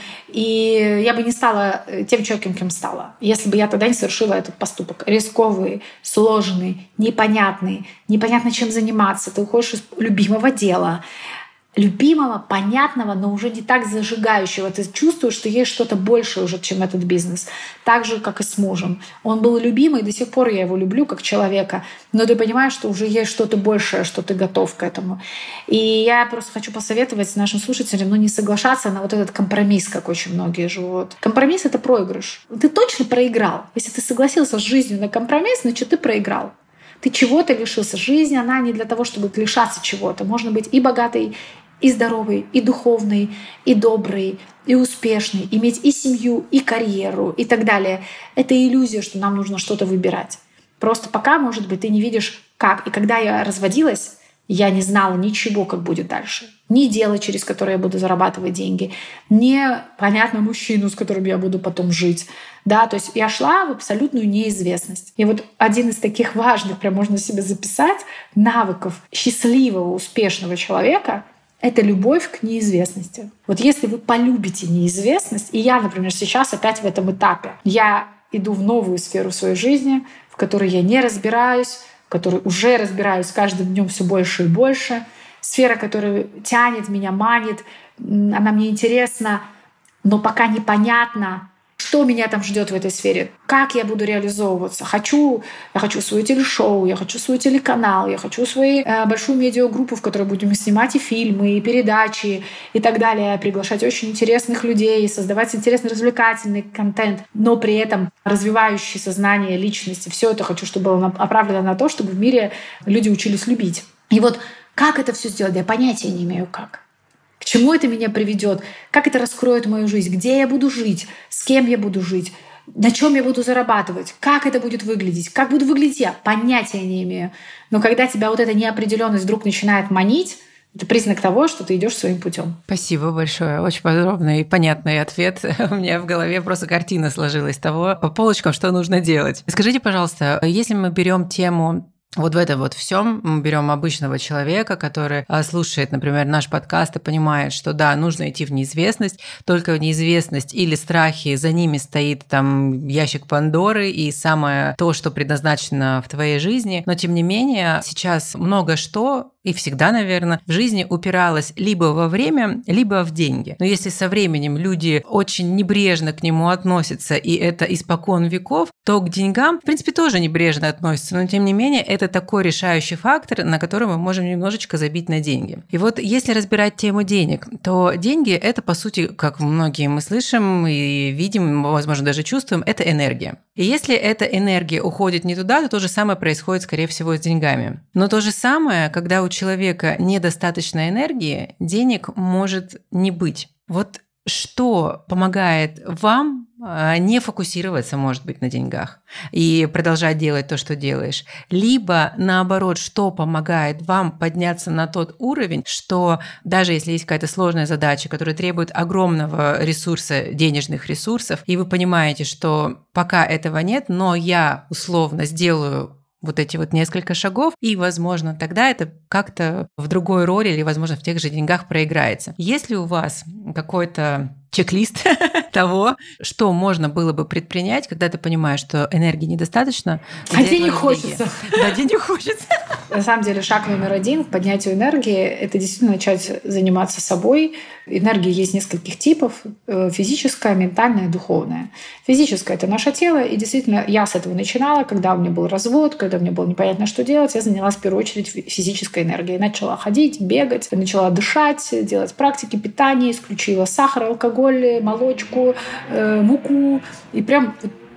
И я бы не стала тем человеком, кем стала, если бы я тогда не совершила этот поступок. Рисковый, сложный, непонятный, непонятно, чем заниматься. Ты уходишь из любимого дела, любимого, понятного, но уже не так зажигающего. Ты чувствуешь, что есть что-то большее уже, чем этот бизнес. Так же, как и с мужем. Он был любимый, до сих пор я его люблю как человека, но ты понимаешь, что уже есть что-то большее, что ты готов к этому. И я просто хочу посоветовать нашим слушателям, ну, не соглашаться на вот этот компромисс, как очень многие живут. Компромисс — это проигрыш. Ты точно проиграл. Если ты согласился с жизнью на компромисс, значит, ты проиграл. Ты чего-то лишился. Жизнь, она не для того, чтобы лишаться чего-то. Можно быть и богатой, и здоровый, и духовный, и добрый, и успешный, иметь и семью, и карьеру, и так далее. Это иллюзия, что нам нужно что-то выбирать. Просто пока, может быть, ты не видишь, как. И когда я разводилась, я не знала ничего, как будет дальше. Ни дело, через которое я буду зарабатывать деньги, ни, понятно, мужчину, с которым я буду потом жить. Да, то есть я шла в абсолютную неизвестность. И вот один из таких важных, прям можно себе записать, навыков счастливого, успешного человека — это любовь к неизвестности. Вот если вы полюбите неизвестность, и я, например, сейчас опять в этом этапе, я иду в новую сферу своей жизни, в которой я не разбираюсь, в которой уже разбираюсь с каждым днем все больше и больше, сфера, которая тянет меня, манит, она мне интересна, но пока непонятно, что меня там ждет в этой сфере, как я буду реализовываться. Хочу, я хочу свое телешоу, я хочу свой телеканал, я хочу свою э, большую медиагруппу, в которой будем снимать и фильмы, и передачи, и так далее, приглашать очень интересных людей, создавать интересный развлекательный контент, но при этом развивающий сознание личности. Все это хочу, чтобы было направлено на то, чтобы в мире люди учились любить. И вот как это все сделать, я понятия не имею как. К чему это меня приведет? Как это раскроет мою жизнь? Где я буду жить? С кем я буду жить? На чем я буду зарабатывать? Как это будет выглядеть? Как буду выглядеть я? Понятия не имею. Но когда тебя вот эта неопределенность вдруг начинает манить, это признак того, что ты идешь своим путем. Спасибо большое. Очень подробный и понятный ответ. У меня в голове просто картина сложилась того по полочкам, что нужно делать. Скажите, пожалуйста, если мы берем тему вот в этом вот всем, мы берем обычного человека, который слушает, например, наш подкаст и понимает, что да, нужно идти в неизвестность, только в неизвестность или страхи, за ними стоит там ящик Пандоры и самое то, что предназначено в твоей жизни. Но тем не менее, сейчас много что и всегда, наверное, в жизни упиралось либо во время, либо в деньги. Но если со временем люди очень небрежно к нему относятся, и это испокон веков, то к деньгам, в принципе, тоже небрежно относятся. Но тем не менее, это такой решающий фактор, на который мы можем немножечко забить на деньги. И вот если разбирать тему денег, то деньги — это, по сути, как многие мы слышим и видим, возможно, даже чувствуем, это энергия. И если эта энергия уходит не туда, то то же самое происходит, скорее всего, с деньгами. Но то же самое, когда у человека недостаточно энергии, денег может не быть. Вот что помогает вам не фокусироваться, может быть, на деньгах и продолжать делать то, что делаешь? Либо, наоборот, что помогает вам подняться на тот уровень, что даже если есть какая-то сложная задача, которая требует огромного ресурса, денежных ресурсов, и вы понимаете, что пока этого нет, но я условно сделаю вот эти вот несколько шагов, и, возможно, тогда это как-то в другой роли или, возможно, в тех же деньгах проиграется. Есть ли у вас какой-то чек-лист того, что можно было бы предпринять, когда ты понимаешь, что энергии недостаточно? А денег хочется. Да, денег хочется. На самом деле шаг номер один к поднятию энергии — это действительно начать заниматься собой. Энергии есть нескольких типов: физическая, ментальная, духовная. Физическая — это наше тело, и действительно я с этого начинала, когда у меня был развод, когда мне было непонятно, что делать, я занялась в первую очередь физической энергией. Начала ходить, бегать, начала дышать, делать практики питания, исключила сахар, алкоголь, молочку, муку, и прям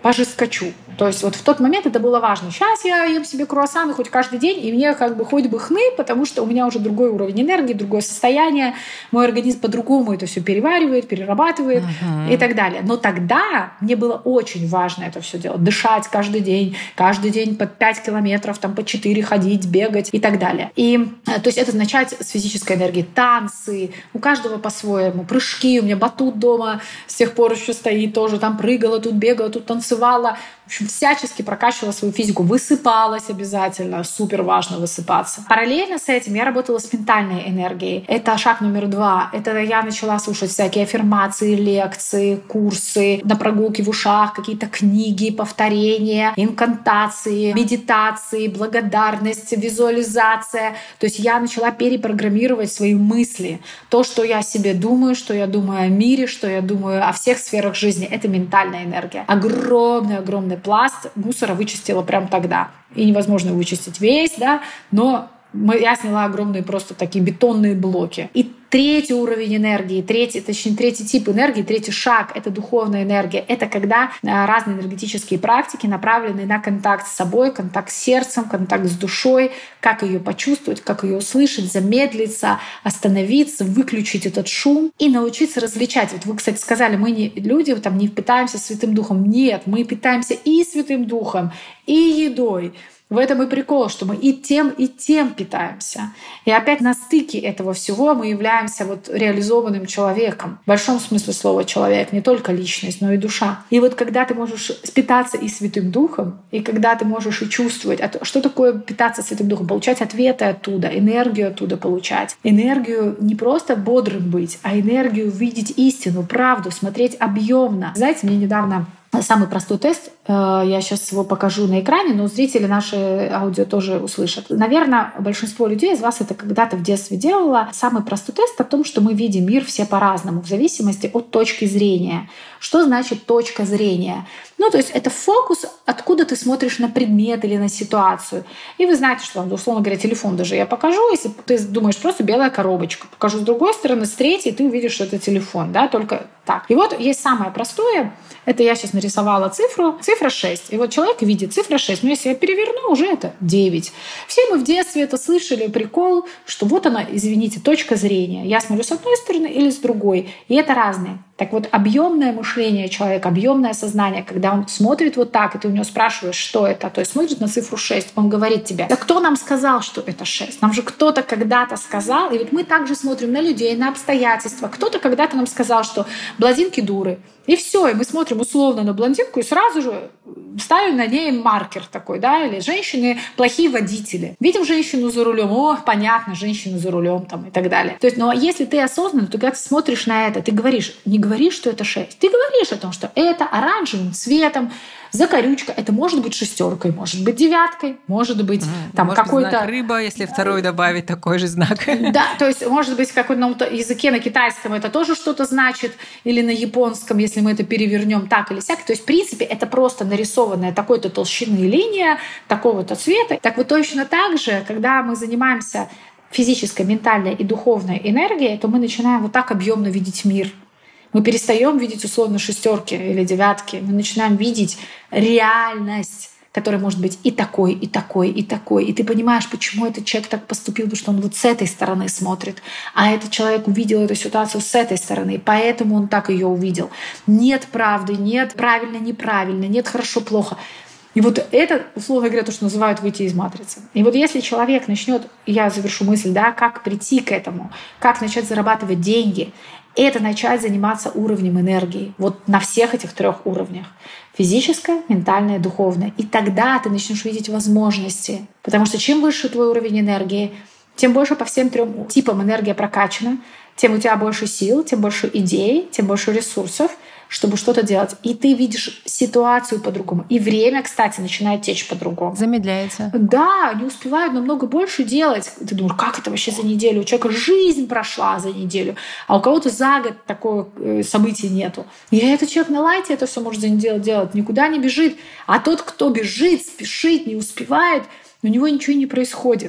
пожескочу. То есть вот в тот момент это было важно. Сейчас я ем себе круассаны хоть каждый день, и мне как бы хоть бы хны, потому что у меня уже другой уровень энергии, другое состояние. Мой организм по-другому это все переваривает, перерабатывает uh-huh. и так далее. Но тогда мне было очень важно это все делать. Дышать каждый день, каждый день по пять километров, там, по четыре ходить, бегать и так далее. И то есть это начать с физической энергии. Танцы, у каждого по-своему. Прыжки, у меня батут дома с тех пор еще стоит тоже. Там прыгала, тут бегала, тут танцевала. В общем, всячески прокачивала свою физику, высыпалась обязательно, супер важно высыпаться. Параллельно с этим я работала с ментальной энергией. Это шаг номер два. Это я начала слушать всякие аффирмации, лекции, курсы, на прогулке в ушах, какие-то книги, повторения, инкантации, медитации, благодарность, визуализация. То есть я начала перепрограммировать свои мысли. То, что я себе думаю, что я думаю о мире, что я думаю о всех сферах жизни, это ментальная энергия. Огромный-огромный пласт мусора вычистила прямо тогда. И невозможно вычистить весь, да, но я сняла огромные просто такие бетонные блоки. И третий уровень энергии, третий, точнее, третий тип энергии, третий шаг — это духовная энергия. Это когда разные энергетические практики направлены на контакт с собой, контакт с сердцем, контакт с душой, как ее почувствовать, как ее услышать, замедлиться, остановиться, выключить этот шум и научиться различать. Вот вы, кстати, сказали, мы не люди там не питаемся Святым Духом. Нет, мы питаемся и Святым Духом, и едой. В этом и прикол, что мы и тем, и тем питаемся. И опять на стыке этого всего мы являемся вот реализованным человеком. В большом смысле слова человек, не только личность, но и душа. И вот когда ты можешь питаться и Святым Духом, и когда ты можешь и чувствовать, что такое питаться Святым Духом, получать ответы оттуда, энергию оттуда получать. Энергию не просто бодрым быть, а энергию видеть истину, правду, смотреть объемно. Знаете, мне недавно самый простой тест, я сейчас его покажу на экране, но зрители наши аудио тоже услышат. Наверное, большинство людей из вас это когда-то в детстве делало. Самый простой тест о том, что мы видим мир все по-разному, в зависимости от точки зрения. Что значит точка зрения? Ну, то есть это фокус, откуда ты смотришь на предмет или на ситуацию. И вы знаете, что, условно говоря, телефон даже я покажу, если ты думаешь, просто белая коробочка. Покажу с другой стороны, с третьей, ты увидишь, что это телефон, да, только так. И вот есть самое простое, это я сейчас нарисовала цифру, цифра шесть. И вот человек видит цифра шесть, но если я переверну, уже это девять. Все мы в детстве это слышали, прикол, что вот она, извините, точка зрения. Я смотрю с одной стороны или с другой, и это разные. Так вот, объемное мышление человека, объемное сознание, когда он смотрит вот так, и ты у него спрашиваешь, что это, то есть смотрит на цифру шесть, он говорит тебе: да кто нам сказал, что это шесть? Нам же кто-то когда-то сказал, и вот мы также смотрим на людей, на обстоятельства. Кто-то когда-то нам сказал, что блондинки дуры. И все, и мы смотрим условно на блондинку и сразу же ставим на ней маркер такой, да, или женщины плохие водители. Видим женщину за рулем, о, понятно, женщина за рулем там и так далее. То есть, но если ты осознанно, то когда ты смотришь на это, ты говоришь, не говоришь, что это шесть, ты говоришь о том, что это оранжевым цветом, закорючка, это может быть шестеркой, может быть девяткой, может быть mm, там может какой-то... знак рыба, если второй добавить такой же знак. Да, то есть может быть в каком-то языке на китайском это тоже что-то значит, или на японском, если мы это перевернем так или сяк. То есть в принципе это просто нарисованная такой-то толщины линия, такого-то цвета. Так вот точно так же, когда мы занимаемся физической, ментальной и духовной энергией, то мы начинаем вот так объемно видеть мир. Мы перестаем видеть условно шестерки или девятки. Мы начинаем видеть реальность, которая может быть и такой, и такой, и такой. И ты понимаешь, почему этот человек так поступил, потому что он вот с этой стороны смотрит. А этот человек увидел эту ситуацию с этой стороны, поэтому он так ее увидел. Нет правды, нет правильно, неправильно, нет хорошо, плохо. И вот это, условно говоря, то, что называют выйти из матрицы. И вот если человек начнет, я завершу мысль, да, как прийти к этому, как начать зарабатывать деньги, это начать заниматься уровнем энергии. Вот на всех этих трех уровнях. Физическое, ментальное, духовное. И тогда ты начнешь видеть возможности. Потому что чем выше твой уровень энергии, тем больше по всем трем типам энергия прокачана, тем у тебя больше сил, тем больше идей, тем больше ресурсов, чтобы что-то делать. И ты видишь ситуацию по-другому. И время, кстати, начинает течь по-другому. Замедляется. Да, они успевают намного больше делать. Ты думаешь, как это вообще за неделю? У человека жизнь прошла за неделю, а у кого-то за год такого события нету. И этот человек на лайте это все может за неделю делать, никуда не бежит. А тот, кто бежит, спешит, не успевает, у него ничего не происходит.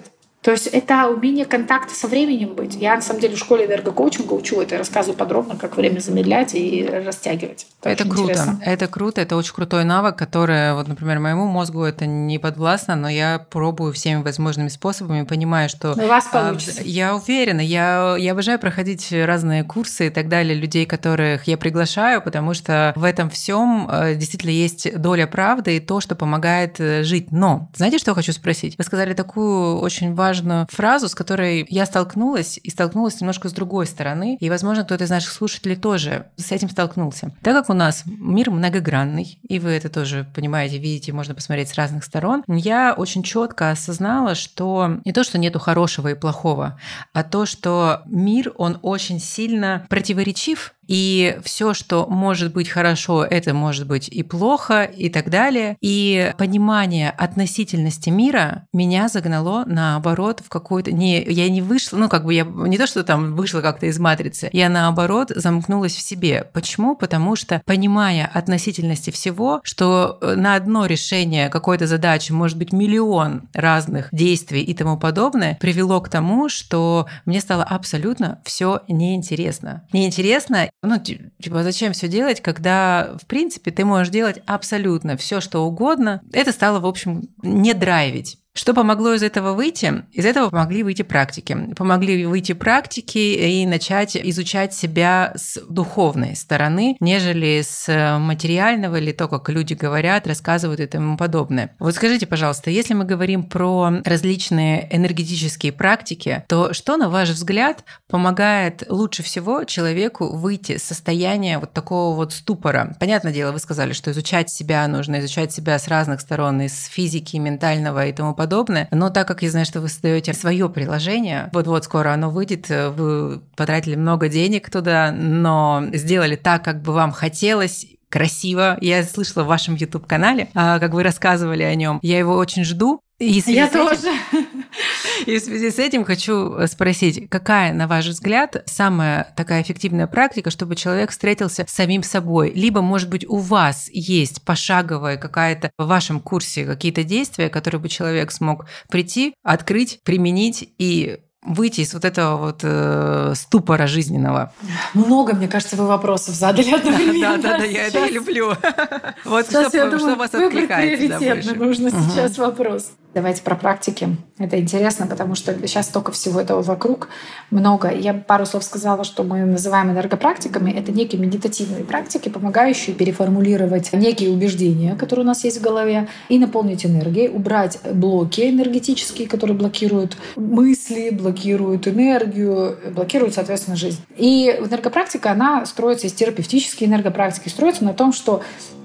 То есть это умение контакта со временем быть. Я, на самом деле, в школе энергокоучинга учу это и рассказываю подробно, как время замедлять и растягивать. Это, это круто. Интересно. Это круто. Это очень крутой навык, который, вот, например, моему мозгу это не подвластно, но я пробую всеми возможными способами, понимаю, что... Но у вас получится. Я уверена. Я, я обожаю проходить разные курсы и так далее, людей, которых я приглашаю, потому что в этом всем действительно есть доля правды и то, что помогает жить. Но, знаете, что я хочу спросить? Вы сказали такую очень важную фразу, с которой я столкнулась, и столкнулась немножко с другой стороны, и, возможно, кто-то из наших слушателей тоже с этим столкнулся. Так как у нас мир многогранный, и вы это тоже понимаете, видите, можно посмотреть с разных сторон, я очень четко осознала, что не то, что нету хорошего и плохого, а то, что мир, он очень сильно противоречив, и все, что может быть хорошо, это может быть и плохо, и так далее. И понимание относительности мира меня загнало, наоборот, в какую-то... Не, я не вышла, ну, как бы я не то, что там вышла как-то из матрицы, я, наоборот, замкнулась в себе. Почему? Потому что, понимая относительности всего, что на одно решение какой-то задачи может быть миллион разных действий и тому подобное, привело к тому, что мне стало абсолютно все неинтересно. Неинтересно. Ну, типа, зачем все делать, когда, в принципе, ты можешь делать абсолютно все, что угодно. Это стало, в общем, не драйвить. Что помогло из этого выйти? Из этого помогли выйти практики. Помогли выйти практики и начать изучать себя с духовной стороны, нежели с материального или то, как люди говорят, рассказывают и тому подобное. Вот скажите, пожалуйста, если мы говорим про различные энергетические практики, то что, на ваш взгляд, помогает лучше всего человеку выйти из состояния вот такого вот ступора? Понятное дело, вы сказали, что изучать себя нужно, изучать себя с разных сторон, из физики, ментального и тому подобное. подобное. Но так как я знаю, что вы создаете свое приложение, вот-вот скоро оно выйдет, вы потратили много денег туда, но сделали так, как бы вам хотелось, красиво. Я слышала в вашем YouTube-канале, как вы рассказывали о нем. Я его очень жду. И я тоже. И в связи с этим хочу спросить, какая, на ваш взгляд, самая такая эффективная практика, чтобы человек встретился с самим собой? Либо, может быть, у вас есть пошаговая какая-то в вашем курсе какие-то действия, которые бы человек смог прийти, открыть, применить и выйти из вот этого вот э, ступора жизненного? Много, мне кажется, вы вопросов задали одновременно. Да, да, да, я это и люблю. Вот что у вас откликается? Приоритетно нужно сейчас вопрос. Давайте про практики. Это интересно, потому что сейчас столько всего этого вокруг, много. Я пару слов сказала, что мы называем энергопрактиками. Это некие медитативные практики, помогающие переформулировать некие убеждения, которые у нас есть в голове, и наполнить энергией, убрать блоки энергетические, которые блокируют мысли, блокируют энергию, блокируют, соответственно, жизнь. И энергопрактика, она строится из терапевтической энергопрактики, строится на том, что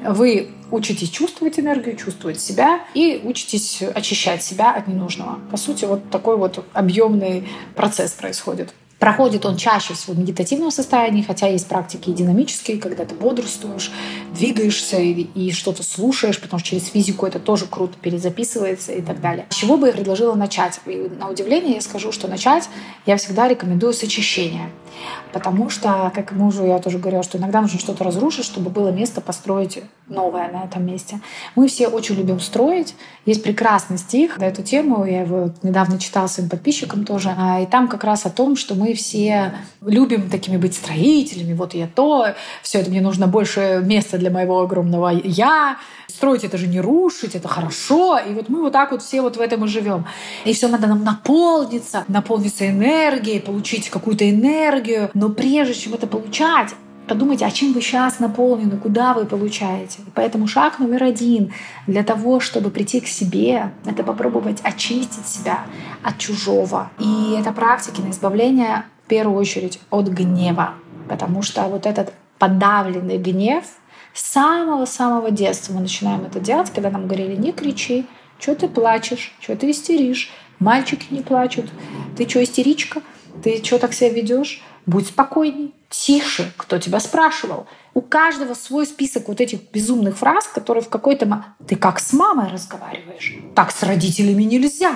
вы учитесь чувствовать энергию, чувствовать себя и учитесь очищать себя от ненужного. По сути, вот такой вот объемный процесс происходит. Проходит он чаще всего в медитативном состоянии, хотя есть практики и динамические, когда ты бодрствуешь, двигаешься и, и что-то слушаешь, потому что через физику это тоже круто перезаписывается и так далее. С чего бы я предложила начать? И на удивление я скажу, что начать я всегда рекомендую с очищения. Потому что, как мужу я тоже говорила, что иногда нужно что-то разрушить, чтобы было место построить новое на этом месте. Мы все очень любим строить. Есть прекрасный стих на эту тему. Я его недавно читала своим подписчикам тоже. И там как раз о том, что мы все любим такими быть строителями. Вот я то. Все это мне нужно больше места для моего огромного «я». Строить — это же не рушить, это хорошо. И вот мы вот так вот все вот в этом и живем. И все надо нам наполниться, наполниться энергией, получить какую-то энергию. Но прежде чем это получать, подумайте, а чем вы сейчас наполнены, куда вы получаете. И поэтому шаг номер один для того, чтобы прийти к себе, это попробовать очистить себя от чужого. И это практики на избавление в первую очередь от гнева. Потому что вот этот подавленный гнев с самого-самого детства мы начинаем это делать, когда нам говорили: не кричи, что ты плачешь, что ты истеришь, мальчики не плачут, ты что, истеричка, ты что так себя ведешь, будь спокойней, тише, кто тебя спрашивал. У каждого свой список вот этих безумных фраз, которые в какой-то момент... Ты как с мамой разговариваешь, так с родителями нельзя.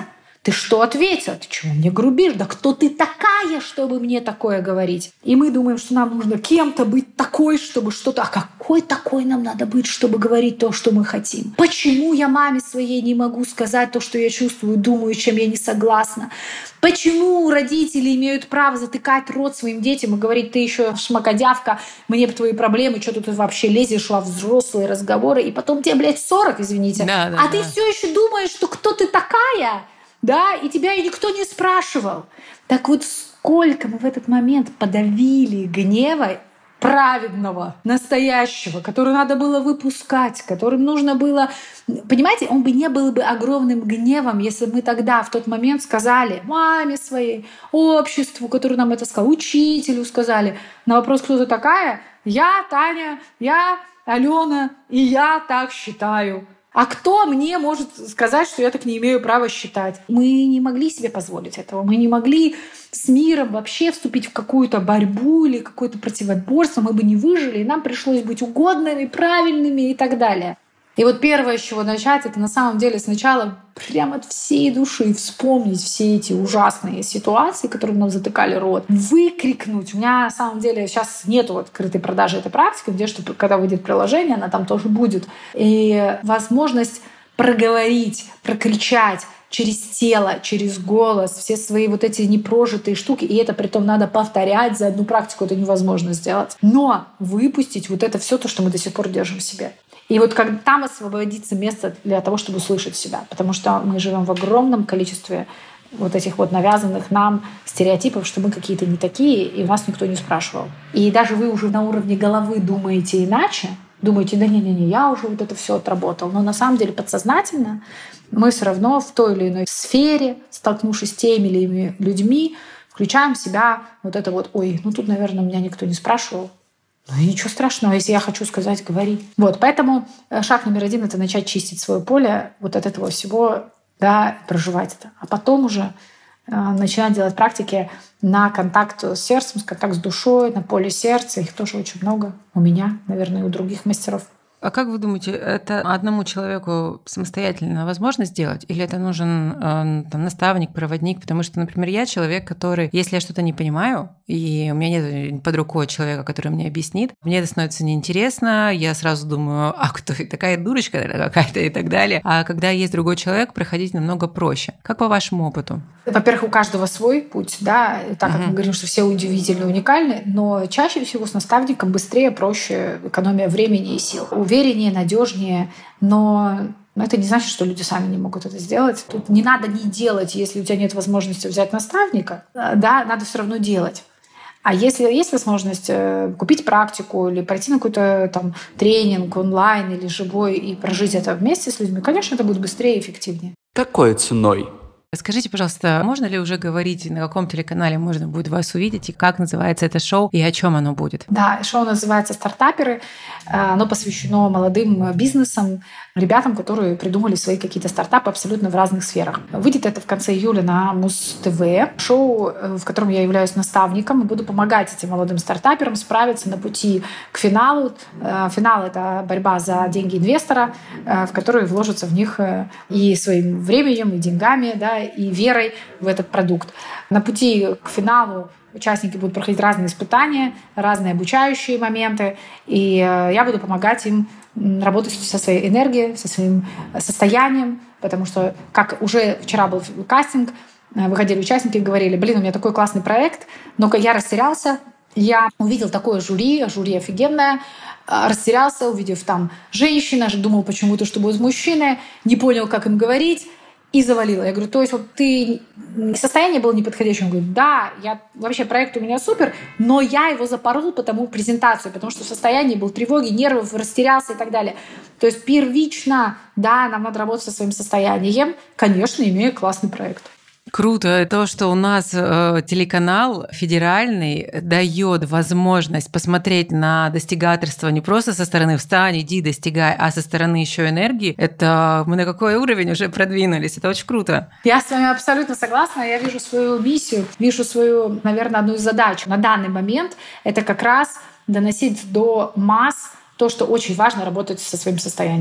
Ты что ответила? Ты чего мне грубишь? Да кто ты такая, чтобы мне такое говорить? И мы думаем, что нам нужно кем-то быть такой, чтобы что-то... А какой такой нам надо быть, чтобы говорить то, что мы хотим? Почему я маме своей не могу сказать то, что я чувствую, думаю, чем я не согласна? Почему родители имеют право затыкать рот своим детям и говорить: ты еще шмакодявка, мне бы твои проблемы, что тут ты вообще лезешь во взрослые разговоры, и потом тебе, блядь, сорок, извините, да, да, а да. ты все еще думаешь, что кто ты такая, да, и тебя и никто не спрашивал. Так вот, сколько мы в этот момент подавили гнева праведного, настоящего, который надо было выпускать, которым нужно было... Понимаете, он бы не был бы огромным гневом, если бы мы тогда, в тот момент, сказали маме своей, обществу, который нам это сказал, учителю сказали на вопрос, кто ты такая: я Таня, я Алена, и я так считаю. А кто мне может сказать, что я так не имею права считать? Мы не могли себе позволить этого. Мы не могли с миром вообще вступить в какую-то борьбу или какое-то противоборство. Мы бы не выжили, и нам пришлось быть угодными, правильными и так далее. И вот первое, с чего начать, это на самом деле сначала прямо от всей души вспомнить все эти ужасные ситуации, которые нам затыкали рот, выкрикнуть. У меня на самом деле сейчас нету открытой продажи этой практики, где что, когда выйдет приложение, она там тоже будет. И возможность проговорить, прокричать через тело, через голос, все свои вот эти непрожитые штуки. И это притом надо повторять за одну практику, это невозможно сделать. Но выпустить вот это все то, что мы до сих пор держим в себе. И вот как там освободится место для того, чтобы услышать себя. Потому что мы живем в огромном количестве вот этих вот навязанных нам стереотипов, что мы какие-то не такие, и вас никто не спрашивал. И даже вы уже на уровне головы думаете иначе, думаете: да не-не-не, я уже вот это все отработал. Но на самом деле подсознательно мы все равно в той или иной сфере, столкнувшись с теми или иными людьми, включаем в себя вот это вот: ой, ну тут, наверное, меня никто не спрашивал. Ну и ничего страшного, если я хочу сказать, говори. Вот, поэтому шаг номер один — это начать чистить свое поле вот от этого всего, да, проживать это. А потом уже э, начинать делать практики на контакт с сердцем, с контакт с душой, на поле сердца. Их тоже очень много у меня, наверное, и у других мастеров. А как вы думаете, это одному человеку самостоятельно возможно сделать? Или это нужен э, там, наставник, проводник? Потому что, например, я человек, который, если я что-то не понимаю, и у меня нет под рукой человека, который мне объяснит, мне это становится неинтересно, я сразу думаю: а кто это, такая дурочка какая-то и так далее. А когда есть другой человек, проходить намного проще. Как по вашему опыту? Во-первых, у каждого свой путь, да, так как uh-huh. мы говорим, что все удивительны, уникальны, но чаще всего с наставником быстрее, проще, экономия времени и сил. Увереннее, надежнее, но это не значит, что люди сами не могут это сделать. Тут не надо не делать, если у тебя нет возможности взять наставника, да, надо все равно делать. А если есть возможность купить практику или пройти на какой-то там тренинг онлайн или живой и прожить это вместе с людьми, конечно, это будет быстрее и эффективнее. Какой ценой? Скажите, пожалуйста, можно ли уже говорить, на каком телеканале можно будет вас увидеть, и как называется это шоу, и о чем оно будет? Да, шоу называется «Стартаперы». Оно посвящено молодым бизнесам, ребятам, которые придумали свои какие-то стартапы абсолютно в разных сферах. Выйдет это в конце июля на Муз-ТВ. Шоу, в котором я являюсь наставником и буду помогать этим молодым стартаперам справиться на пути к финалу. Финал — это борьба за деньги инвестора, в которые вложатся в них и своим временем, и деньгами, да, и верой в этот продукт. На пути к финалу участники будут проходить разные испытания, разные обучающие моменты, и я буду помогать им работать со своей энергией, со своим состоянием, потому что, как уже вчера был кастинг, выходили участники и говорили: блин, у меня такой классный проект, но я растерялся, я увидел такое жюри, жюри офигенное, растерялся, увидев там женщина, думал почему-то, что будет мужчина, не понял, как им говорить, и завалила. Я говорю: то есть вот ты... Состояние было неподходящим. Он говорит: да, я... вообще проект у меня супер, но я его запорол потому презентацию, потому что в состоянии был тревоги, нервов, растерялся и так далее. То есть первично, да, нам надо работать со своим состоянием, конечно, имея классный проект. Круто. То, что у нас э, телеканал федеральный дает возможность посмотреть на достигаторство не просто со стороны «встань, иди, достигай», а со стороны еще энергии, это мы на какой уровень уже продвинулись. Это очень круто. Я с вами абсолютно согласна. Я вижу свою миссию, вижу свою, наверное, одну из задач на данный момент. Это как раз доносить до масс то, что очень важно — работать со своим состоянием.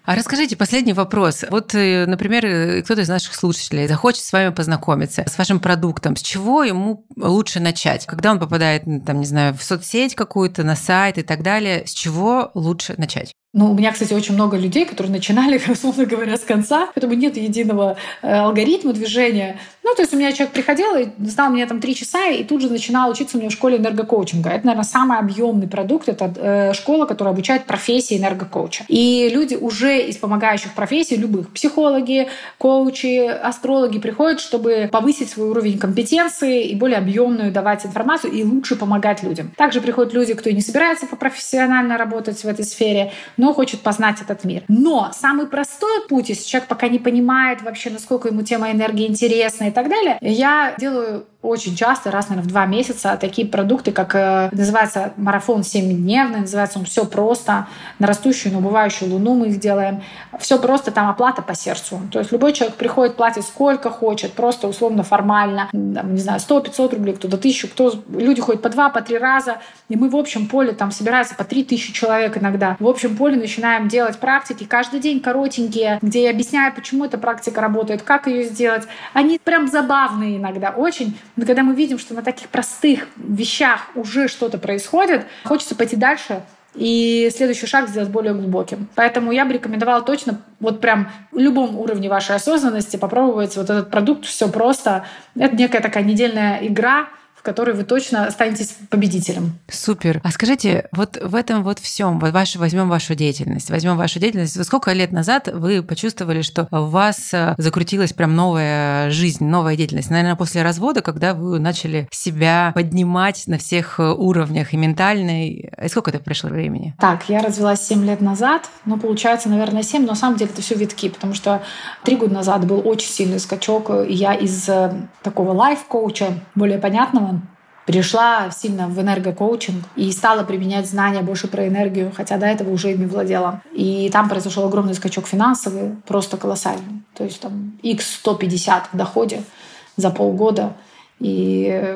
А расскажите, последний вопрос. Вот, например, кто-то из наших слушателей захочет с вами познакомиться, с вашим продуктом. С чего ему лучше начать? Когда он попадает, там, не знаю, в соцсеть какую-то, на сайт и так далее, с чего лучше начать? Ну, у меня, кстати, очень много людей, которые начинали, условно говоря, с конца, поэтому нет единого алгоритма движения. Ну, то есть у меня человек приходил и знал меня там три часа, и тут же начинал учиться у меня в школе энергокоучинга. Это, наверное, самый объемный продукт. Это школа, которая обучает профессии энергокоуча. И люди уже из помогающих профессий, любых, психологи, коучи, астрологи приходят, чтобы повысить свой уровень компетенции и более объемную давать информацию и лучше помогать людям. Также приходят люди, кто и не собирается профессионально работать в этой сфере, но хочет познать этот мир. Но самый простой путь, если человек пока не понимает вообще, насколько ему тема энергии интересна и так далее, я делаю очень часто, раз, наверное, в два месяца, такие продукты, как э, называется марафон семидневный, называется он «Все просто», на растущую, на убывающую луну мы их делаем. Все просто, там оплата по сердцу. То есть любой человек приходит, платит сколько хочет, просто условно формально, там, не знаю, сто-пятьсот рублей, кто-то тысячу, кто... люди ходят по два, по три раза, и мы в общем поле, там собирается по три тысячи человек иногда. В общем поле начинаем делать практики каждый день коротенькие, где я объясняю, почему эта практика работает, как ее сделать. Они прям забавные иногда очень. Но когда мы видим, что на таких простых вещах уже что-то происходит, хочется пойти дальше и следующий шаг сделать более глубоким. Поэтому я бы рекомендовала точно вот прям в любом уровне вашей осознанности попробовать вот этот продукт «Все просто». Это некая такая недельная игра, в которой вы точно останетесь победителем. Супер. А скажите, вот в этом вот всем, вот вашу, возьмем вашу деятельность, возьмем вашу деятельность. Сколько лет назад вы почувствовали, что у вас закрутилась прям новая жизнь, новая деятельность? Наверное, после развода, когда вы начали себя поднимать на всех уровнях и ментальной. И сколько это прошло времени? Так, я развелась семь лет назад, ну, получается, наверное, семь, но на самом деле это все витки, потому что три года назад был очень сильный скачок, и я из такого лайф-коуча, более понятного, перешла сильно в энергокоучинг и стала применять знания больше про энергию, хотя до этого уже ими владела. И там произошел огромный скачок финансовый, просто колоссальный. То есть там икс сто пятьдесят в доходе за полгода. И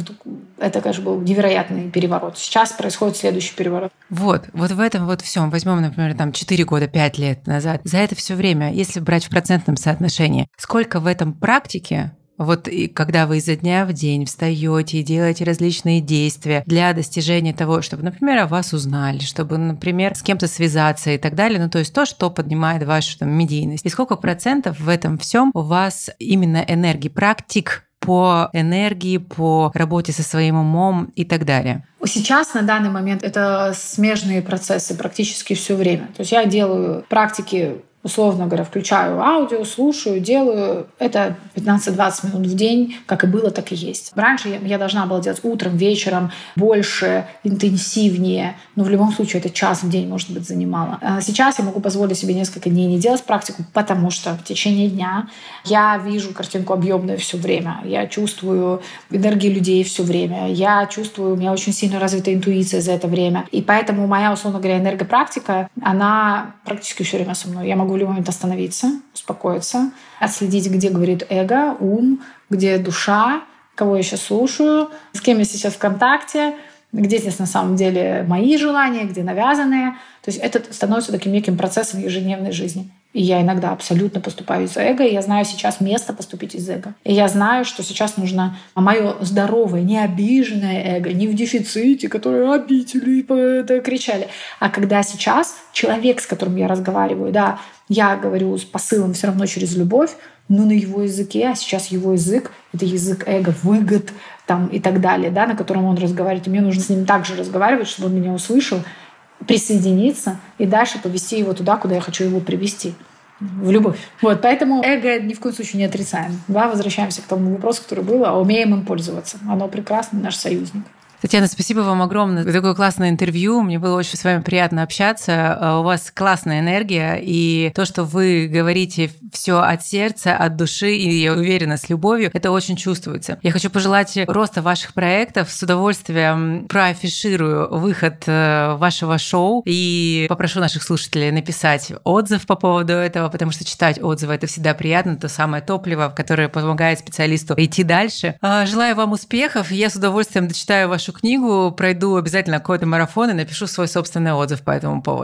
это, конечно, был невероятный переворот. Сейчас происходит следующий переворот. Вот, вот в этом вот всем. Возьмем, например, там четыре года, пять лет назад. За это все время, если брать в процентном соотношении, сколько в этом практики, вот и когда вы изо дня в день встаете и делаете различные действия для достижения того, чтобы, например, о вас узнали, чтобы, например, с кем-то связаться и так далее, ну то есть то, что поднимает вашу там, медийность. И сколько процентов в этом всем у вас именно энергии, практик по энергии, по работе со своим умом и так далее? Сейчас, на данный момент, это смежные процессы практически все время. То есть я делаю практики, условно говоря, включаю аудио, слушаю, делаю. Это пятнадцать-двадцать минут в день, как и было, так и есть. Раньше я, я должна была делать утром, вечером, больше, интенсивнее. Но в любом случае это час в день, может быть, занимало. А сейчас я могу позволить себе несколько дней не делать практику, потому что в течение дня я вижу картинку объемную все время. Я чувствую энергию людей все время. Я чувствую, у меня очень сильно развита интуиция за это время. И поэтому моя, условно говоря, энергопрактика, она практически все время со мной. Я могу в любой момент остановиться, успокоиться, отследить, где говорит эго, ум, где душа, кого я сейчас слушаю, с кем я сейчас в контакте, где здесь на самом деле мои желания, где навязанные. То есть это становится таким неким процессом ежедневной жизни. И я иногда абсолютно поступаю из эго, и я знаю сейчас место поступить из эго. И я знаю, что сейчас нужно мое здоровое, не обиженное эго, не в дефиците, которые обидели и кричали. А когда сейчас человек, с которым я разговариваю, да, я говорю с посылом все равно через любовь, но на его языке, а сейчас его язык — это язык эго, выгод там, и так далее, да, на котором он разговаривает. И мне нужно с ним также разговаривать, чтобы он меня услышал, присоединиться и дальше повести его туда, куда я хочу его привести. В любовь. Вот, поэтому эго ни в коем случае не отрицаем. Да, возвращаемся к тому вопросу, который был, а умеем им пользоваться. Оно прекрасно, наш союзник. Татьяна, спасибо вам огромное за такое классное интервью. Мне было очень с вами приятно общаться. У вас классная энергия, и то, что вы говорите все от сердца, от души, и я уверена, с любовью, это очень чувствуется. Я хочу пожелать роста ваших проектов. С удовольствием проафиширую выход вашего шоу и попрошу наших слушателей написать отзыв по поводу этого, потому что читать отзывы — это всегда приятно, то самое топливо, которое помогает специалисту идти дальше. Желаю вам успехов. Я с удовольствием дочитаю вашу книгу, пройду обязательно какой-то марафон и напишу свой собственный отзыв по этому поводу.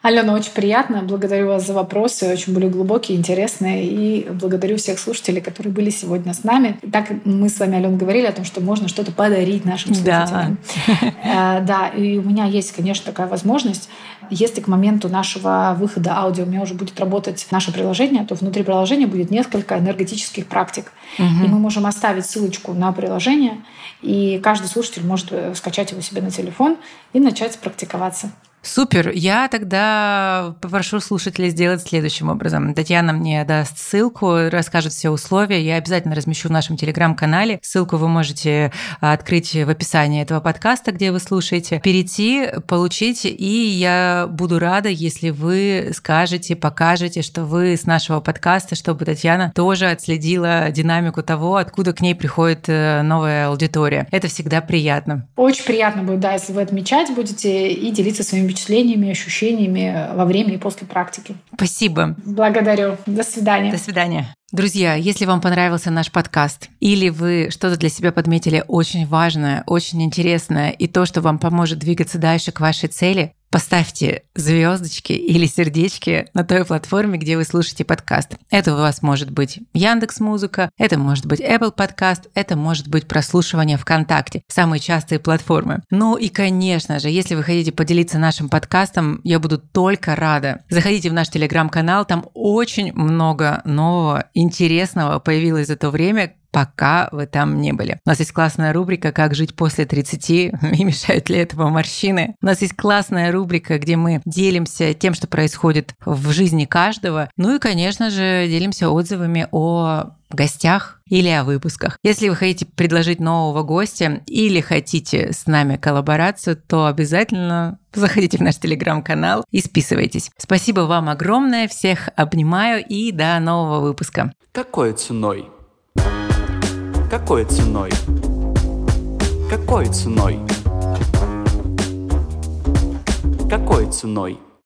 Алена, очень приятно. Благодарю вас за вопросы. Очень были глубокие, интересные. И благодарю всех слушателей, которые были сегодня с нами. Так мы с вами, Алена, говорили о том, что можно что-то подарить нашим слушателям. Да. Да, и у меня есть, конечно, такая возможность. Если к моменту нашего выхода аудио у меня уже будет работать наше приложение, то внутри приложения будет несколько энергетических практик. Угу. И мы можем оставить ссылочку на приложение, и каждый слушатель может скачать его себе на телефон и начать практиковаться. Супер! Я тогда попрошу слушателей сделать следующим образом. Татьяна мне даст ссылку, расскажет все условия. Я обязательно размещу в нашем телеграм-канале. Ссылку вы можете открыть в описании этого подкаста, где вы слушаете, перейти, получить. И я буду рада, если вы скажете, покажете, что вы с нашего подкаста, чтобы Татьяна тоже отследила динамику того, откуда к ней приходит новая аудитория. Это всегда приятно. Очень приятно будет, да, если вы отмечать будете и делиться своими впечатлениями, ощущениями во время и после практики. Спасибо. Благодарю. До свидания. До свидания. Друзья, если вам понравился наш подкаст, или вы что-то для себя подметили очень важное, очень интересное, и то, что вам поможет двигаться дальше к вашей цели, поставьте звездочки или сердечки на той платформе, где вы слушаете подкаст. Это у вас может быть Яндекс.Музыка, это может быть Apple Podcast, это может быть прослушивание ВКонтакте. Самые частые платформы. Ну и, конечно же, если вы хотите поделиться нашим подкастом, я буду только рада. Заходите в наш телеграм-канал, там очень много нового, интересного появилось за то время, пока вы там не были. У нас есть классная рубрика «Как жить после тридцати» и мешают ли этому морщины. У нас есть классная рубрика, где мы делимся тем, что происходит в жизни каждого. Ну и, конечно же, делимся отзывами о гостях или о выпусках. Если вы хотите предложить нового гостя или хотите с нами коллаборацию, то обязательно заходите в наш телеграм-канал и списывайтесь. Спасибо вам огромное, всех обнимаю и до нового выпуска. Какой ценой? Какой ценой? Какой ценой? Какой ценой?